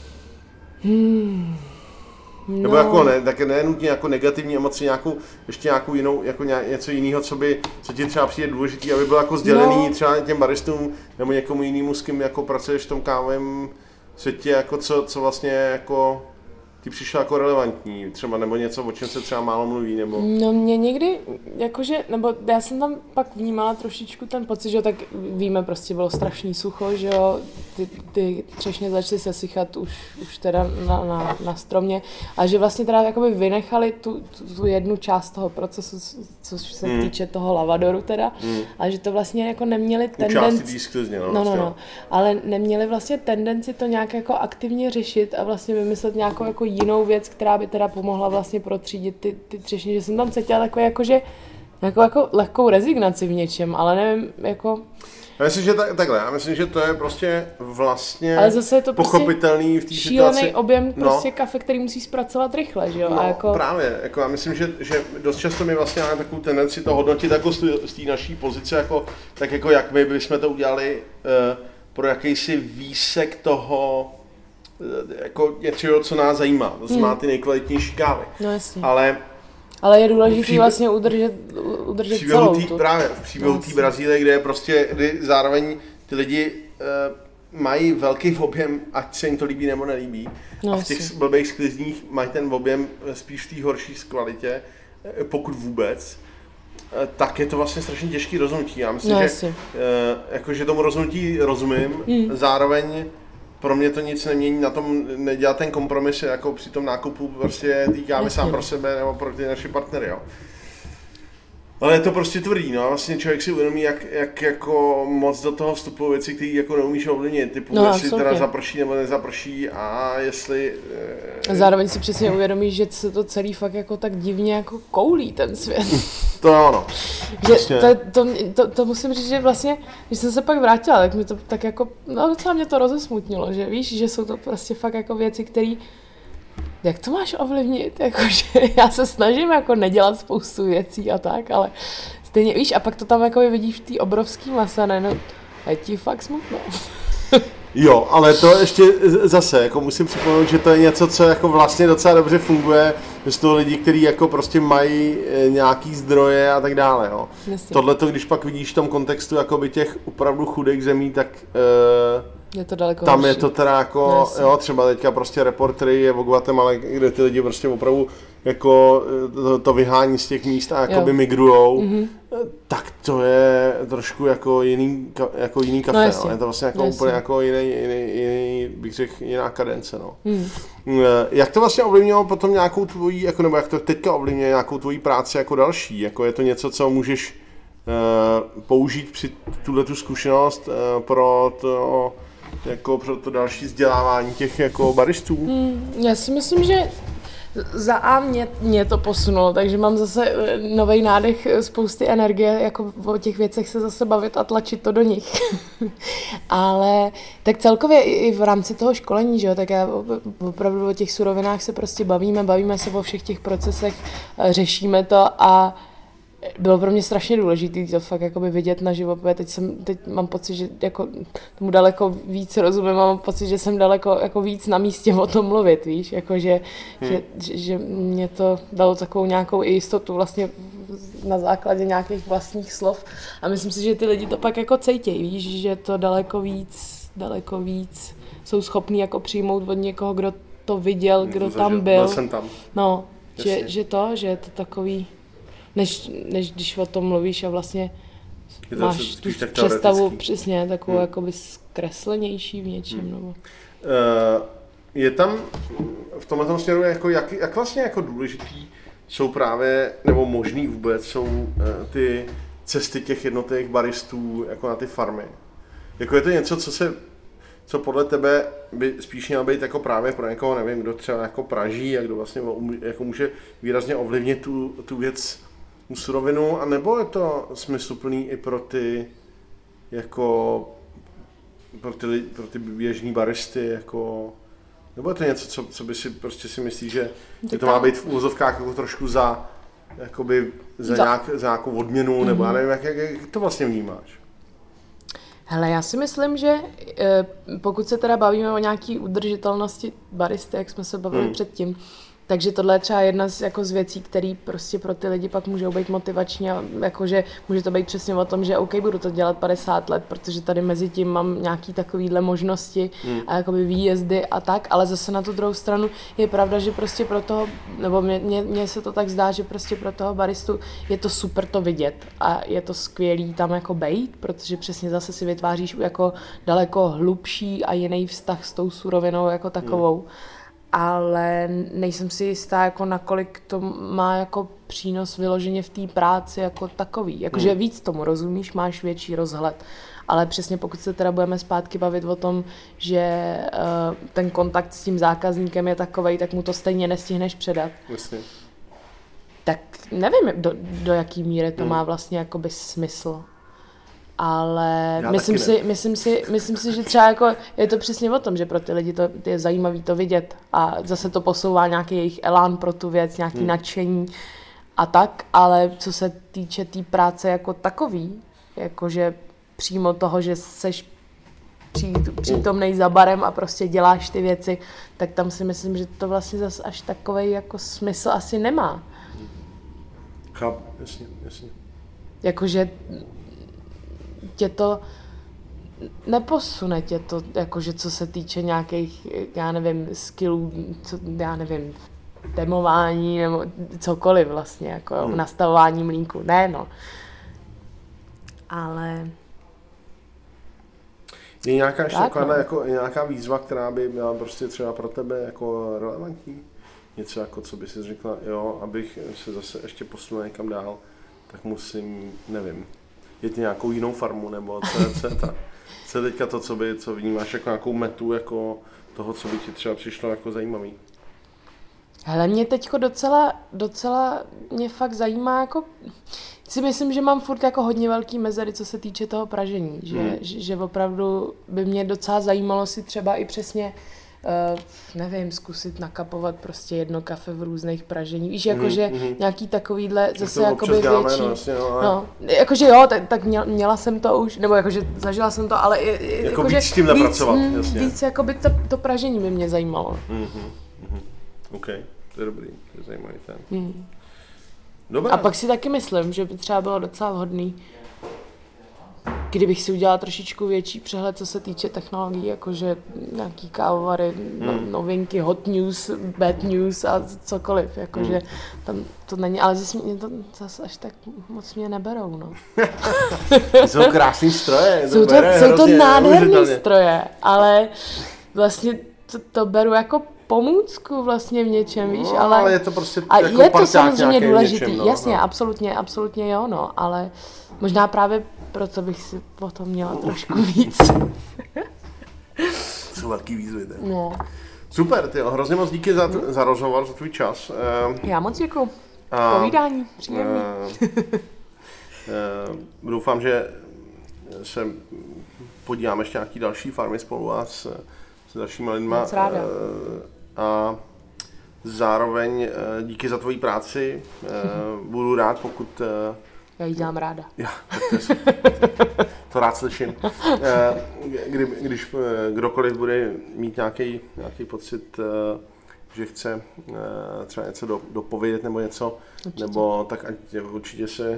Speaker 3: Hmm. No.
Speaker 2: Nebo jako ne, tak ne nutně jako negativní emoci, nějakou, ještě nějakou jinou, jako ně, něco jiného, co by, co ti třeba přijde důležitý, aby bylo jako sdělený no. třeba těm baristům, nebo někomu jinému, s kým jako pracuješ v tom kávovém světě, jako co, co vlastně jako ty přišlo jako relevantní, třeba nebo něco, o čem se třeba málo mluví, nebo...
Speaker 3: No mě někdy, jakože, nebo já jsem tam pak vnímala trošičku ten pocit, že tak víme, prostě bylo strašný sucho, že jo, ty, ty třešně začaly sesychat už, už teda na, na, na stromě a že vlastně teda jakoby vynechali tu, tu, tu jednu část toho procesu, což se hmm. týče toho lavadoru teda, hmm. a že to vlastně jako neměli tendenci...
Speaker 2: Sklizně, no,
Speaker 3: no, no, no, ale neměli vlastně tendenci to nějak jako aktivně řešit a vlastně vymyslet nějakou jako jinou věc, která by teda pomohla vlastně protřídit ty, ty třešně, že jsem tam cítila takové jakože jako, jako lehkou rezignaci v něčem, ale nevím, jako...
Speaker 2: Já myslím, že tak, takhle, já myslím, že to je prostě vlastně
Speaker 3: ale zase je to
Speaker 2: pochopitelný
Speaker 3: prostě
Speaker 2: v té situaci.
Speaker 3: Šílený objem prostě
Speaker 2: no.
Speaker 3: kafe, který musí zpracovat rychle, že jo?
Speaker 2: No,
Speaker 3: a jako...
Speaker 2: právě, jako já myslím, že, že dost často my vlastně máme takovou tendenci to hodnotit jako z té naší pozice, jako, tak jako jak my bychom to udělali uh, pro jakýsi výsek toho, jako něčeho, co nás zajímá, to znamená hmm. ty nejkvalitnější kávy.
Speaker 3: No jasně.
Speaker 2: Ale,
Speaker 3: Ale je důležité
Speaker 2: příběh,
Speaker 3: vlastně udržet, udržet celou
Speaker 2: tý,
Speaker 3: tu.
Speaker 2: Právě v příběhu té Brazílie, kde je prostě, kdy zároveň ty lidi uh, mají velký objem, ať se jim to líbí nebo nelíbí. No, a v těch jasně. blbých sklizních mají ten objem spíš v té horší kvalitě, pokud vůbec. Tak je to vlastně strašně těžký rozhodnutí. Já myslím, no, že, uh, jako, že tomu rozhodnutí rozumím, mm. zároveň pro mě to nic nemění, na tom nedělat ten kompromis jako při tom nákupu, prostě týkáme sám pro sebe nebo pro ty naše partnery, jo. Ale je to prostě tvrdý, no, vlastně člověk si uvědomí, jak, jak jako moc do toho vstupují věci, které jako neumíš ovlivnit, typu no, jestli absolutně. Teda zaprší nebo nezaprší a jestli...
Speaker 3: A zároveň si přesně uvědomíš, že se to celý fakt jako tak divně jako koulí ten svět.
Speaker 2: To je ono.
Speaker 3: Že to, to, to, to musím říct, že vlastně, když jsem se pak vrátila, tak mi to tak jako, no docela mě to rozesmutnilo, že víš, že jsou to prostě fakt jako věci, které jak to máš ovlivnit, jakože já se snažím jako nedělat spoustu věcí a tak, ale stejně víš, a pak to tam jako vidíš v té obrovský mase, ne, no, je ti fakt smutno.
Speaker 2: Jo, ale to ještě zase, jako musím připomenout, že to je něco, co jako vlastně docela dobře funguje, že jsou to lidi, kteří jako prostě mají nějaký zdroje a tak dále, jo. Tohle to, když pak vidíš v tom kontextu jakoby těch opravdu chudých zemí, tak uh,
Speaker 3: je to daleko
Speaker 2: tam
Speaker 3: horší.
Speaker 2: Je to teda jako,
Speaker 3: Jasně.
Speaker 2: jo, třeba teďka prostě reportery je o Guatemala, kde ty lidi prostě opravdu jako to, to vyhání z těch míst a jakoby migrujou, mm-hmm. tak to je trošku jako jiný, jako jiný kafe, no, no. Je to vlastně jako
Speaker 3: jasně.
Speaker 2: úplně jako jiný, jiný, jiný, bych řekl, jiná kadence, no. Mm. Jak to vlastně ovlivnilo potom nějakou tvojí, jako, nebo jak to teďka ovlivňuje nějakou tvojí práci jako další, jako je to něco, co můžeš uh, použít při tuhletu zkušenost uh, pro to, jako pro to další vzdělávání těch jako baristů?
Speaker 3: Mm, já si myslím, že za A mě, mě to posunulo, takže mám zase nový nádech, spousty energie, jako o těch věcech se zase bavit a tlačit to do nich. Ale tak celkově i v rámci toho školení, že jo, tak já opravdu o těch surovinách se prostě bavíme, bavíme se o všech těch procesech, řešíme to a bylo pro mě strašně důležité to fakt jakoby vidět naživo, protože teď, jsem, teď mám pocit, že jako tomu daleko víc rozumím, mám pocit, že jsem daleko jako víc na místě o tom mluvit, víš, jako že, hmm. že, že, že mě to dalo takovou nějakou jistotu vlastně na základě nějakých vlastních slov a myslím si, že ty lidi to pak jako cejtějí, víš, že to daleko víc, daleko víc jsou schopní jako přijmout od někoho, kdo to viděl, kdo
Speaker 2: to
Speaker 3: tam
Speaker 2: zažil.
Speaker 3: byl.
Speaker 2: Byl jsem tam.
Speaker 3: No, že, že to, že je to takový Než, než když o tom mluvíš a vlastně máš tu představu přesně takovou hmm. jakoby zkreslenější v něčem. Hmm. Nebo... Uh,
Speaker 2: je tam v tomhle směru, jako jak, jak vlastně jako důležitý jsou právě, nebo možný vůbec, jsou uh, ty cesty těch jednotlivých baristů jako na ty farmy. Jako je to něco, co se, co podle tebe by spíš měl být jako právě pro někoho, nevím, kdo třeba jako praží a kdo vlastně jako může výrazně ovlivnit tu, tu věc, tu surovinu, a nebo je to smysluplný i pro ty jako pro ty, pro ty běžný baristy, jako, nebo je to něco, co, co by si prostě si myslí, že, že to má být v úvozovkách jako trošku za, jakoby za, za. Nějak, za nějakou odměnu, mm-hmm. nebo já nevím, jak, jak, jak to vlastně vnímáš?
Speaker 3: Hele, já si myslím, že e, pokud se teda bavíme o nějaký udržitelnosti baristy, jak jsme se bavili hmm. předtím, takže tohle je třeba jedna z, jako z věcí, které prostě pro ty lidi pak můžou být motivační, a jakože může to být přesně o tom, že OK, budu to dělat padesát let, protože tady mezi tím mám nějaký takovýhle možnosti hmm. a jakoby výjezdy a tak, ale zase na tu druhou stranu je pravda, že prostě pro toho, nebo mně se to tak zdá, že prostě pro toho baristu je to super to vidět a je to skvělý tam jako bejt, protože přesně zase si vytváříš jako daleko hlubší a jiný vztah s tou surovinou jako takovou. Hmm. Ale nejsem si jistá, jako nakolik to má jako přínos vyloženě v té práci jako takový. Jakože hmm. víc tomu rozumíš, máš větší rozhled. Ale přesně pokud se teda budeme zpátky bavit o tom, že uh, ten kontakt s tím zákazníkem je takovej, tak mu to stejně nestihneš předat.
Speaker 2: Jasně.
Speaker 3: Tak nevím, do, do jaký míry to hmm. má vlastně jakoby smysl. Ale myslím si, myslím, si, myslím si, že třeba jako je to přesně o tom, že pro ty lidi to je zajímavý to vidět a zase to posouvá nějaký jejich elán pro tu věc, nějaký hmm. nadšení a tak, ale co se týče té tý práce jako takový, jakože přímo toho, že seš přítomnej za barem a prostě děláš ty věci, tak tam si myslím, že to vlastně zase až takovej jako smysl asi nemá.
Speaker 2: Chápu, jasně, jasně.
Speaker 3: Jakože tě to neposune tě to, jakože co se týče nějakých, já nevím, skillů, co, já nevím, demování nebo cokoliv vlastně, jako hmm. nastavování mlínku, ne no. Ale...
Speaker 2: Je nějaká ještě tak, no. jako, nějaká výzva, která by byla prostě třeba pro tebe jako relevantní? Něco jako, co by si řekla, jo, abych se zase ještě posunul někam dál, tak musím, nevím, jít nějakou jinou farmu, nebo co je, co je, ta, co je teďka to, co, by, co vnímáš jako nějakou metu, jako toho, co by ti třeba přišlo jako zajímavý?
Speaker 3: Hele, mě teďko docela, docela mě fakt zajímá, jako si myslím, že mám furt jako hodně velký mezery, co se týče toho pražení, že, hmm. že, že opravdu by mě docela zajímalo si třeba i přesně Uh, nevím, zkusit nakapovat prostě jedno kafe v různých pražení. Víš, jakože mm-hmm. nějaký takovýhle zase jakoby větší. No, vlastně, no, ale... no, jakože jo, tak, tak měla, měla jsem to už, nebo jakože zažila jsem to, ale jako
Speaker 2: jakože víc s tím napracovat,
Speaker 3: víc,
Speaker 2: jasně.
Speaker 3: Víc jakoby to, to pražení by mě zajímalo.
Speaker 2: Mm-hmm. Mm-hmm. OK, to je dobrý, to je zajímavý ten. Mm. Dobrá.
Speaker 3: A pak si taky myslím, že by třeba bylo docela vhodný, kdybych si udělala trošičku větší přehled, co se týče technologií, jakože nějaký kávovary, no, hmm. novinky, hot news, bad news a cokoliv, jakože hmm. tam to není, ale zase mě to zase až tak moc mě neberou, no.
Speaker 2: Jsou krásný stroje.
Speaker 3: Jsou to, jsou to nádherný stroje, ale vlastně to, to beru jako pomůcku vlastně v něčem, víš,
Speaker 2: no,
Speaker 3: ale...
Speaker 2: ale je to prostě
Speaker 3: a
Speaker 2: jako
Speaker 3: je to samozřejmě důležitý,
Speaker 2: něčem, no,
Speaker 3: jasně,
Speaker 2: no.
Speaker 3: absolutně, absolutně jo, no, ale možná právě proto bych si o tom měla trošku víc.
Speaker 2: Jsou velký výzvy, ne?
Speaker 3: No.
Speaker 2: Super, ty hrozně moc díky za, t- za rozhovor, za tvůj čas.
Speaker 3: Já moc děkuju. Povídání, příjemný.
Speaker 2: Uh, uh, doufám, že se podíváme ještě nějaký další farmy spolu a s, s dalšíma lidma.
Speaker 3: Moc ráda. Uh,
Speaker 2: a zároveň uh, díky za tvoji práci. Uh, budu rád, pokud... Uh,
Speaker 3: Já ji dělám ráda.
Speaker 2: Já, to, to rád slyším. Kdy, když kdokoliv bude mít nějaký, nějaký pocit, že chce třeba něco do, dopovědět nebo něco, určitě. Nebo tak ať určitě se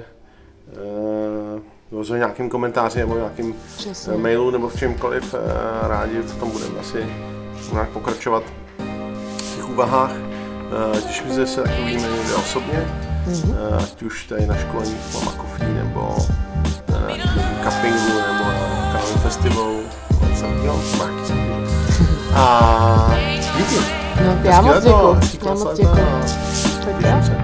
Speaker 2: ozve nějakým komentáři nebo nějakým Přesně. mailu nebo v čemkoliv, rádi v tom budeme asi nějak pokračovat v těch úvahách. Těším se, se tak uvidíme někde osobně. Mm-hmm. Ať už tady na školení Mama Coffee, nebo na cuppingu, nebo na kávovém festivalu. A díky.
Speaker 3: No, já moc děkuji. Já moc děkuji.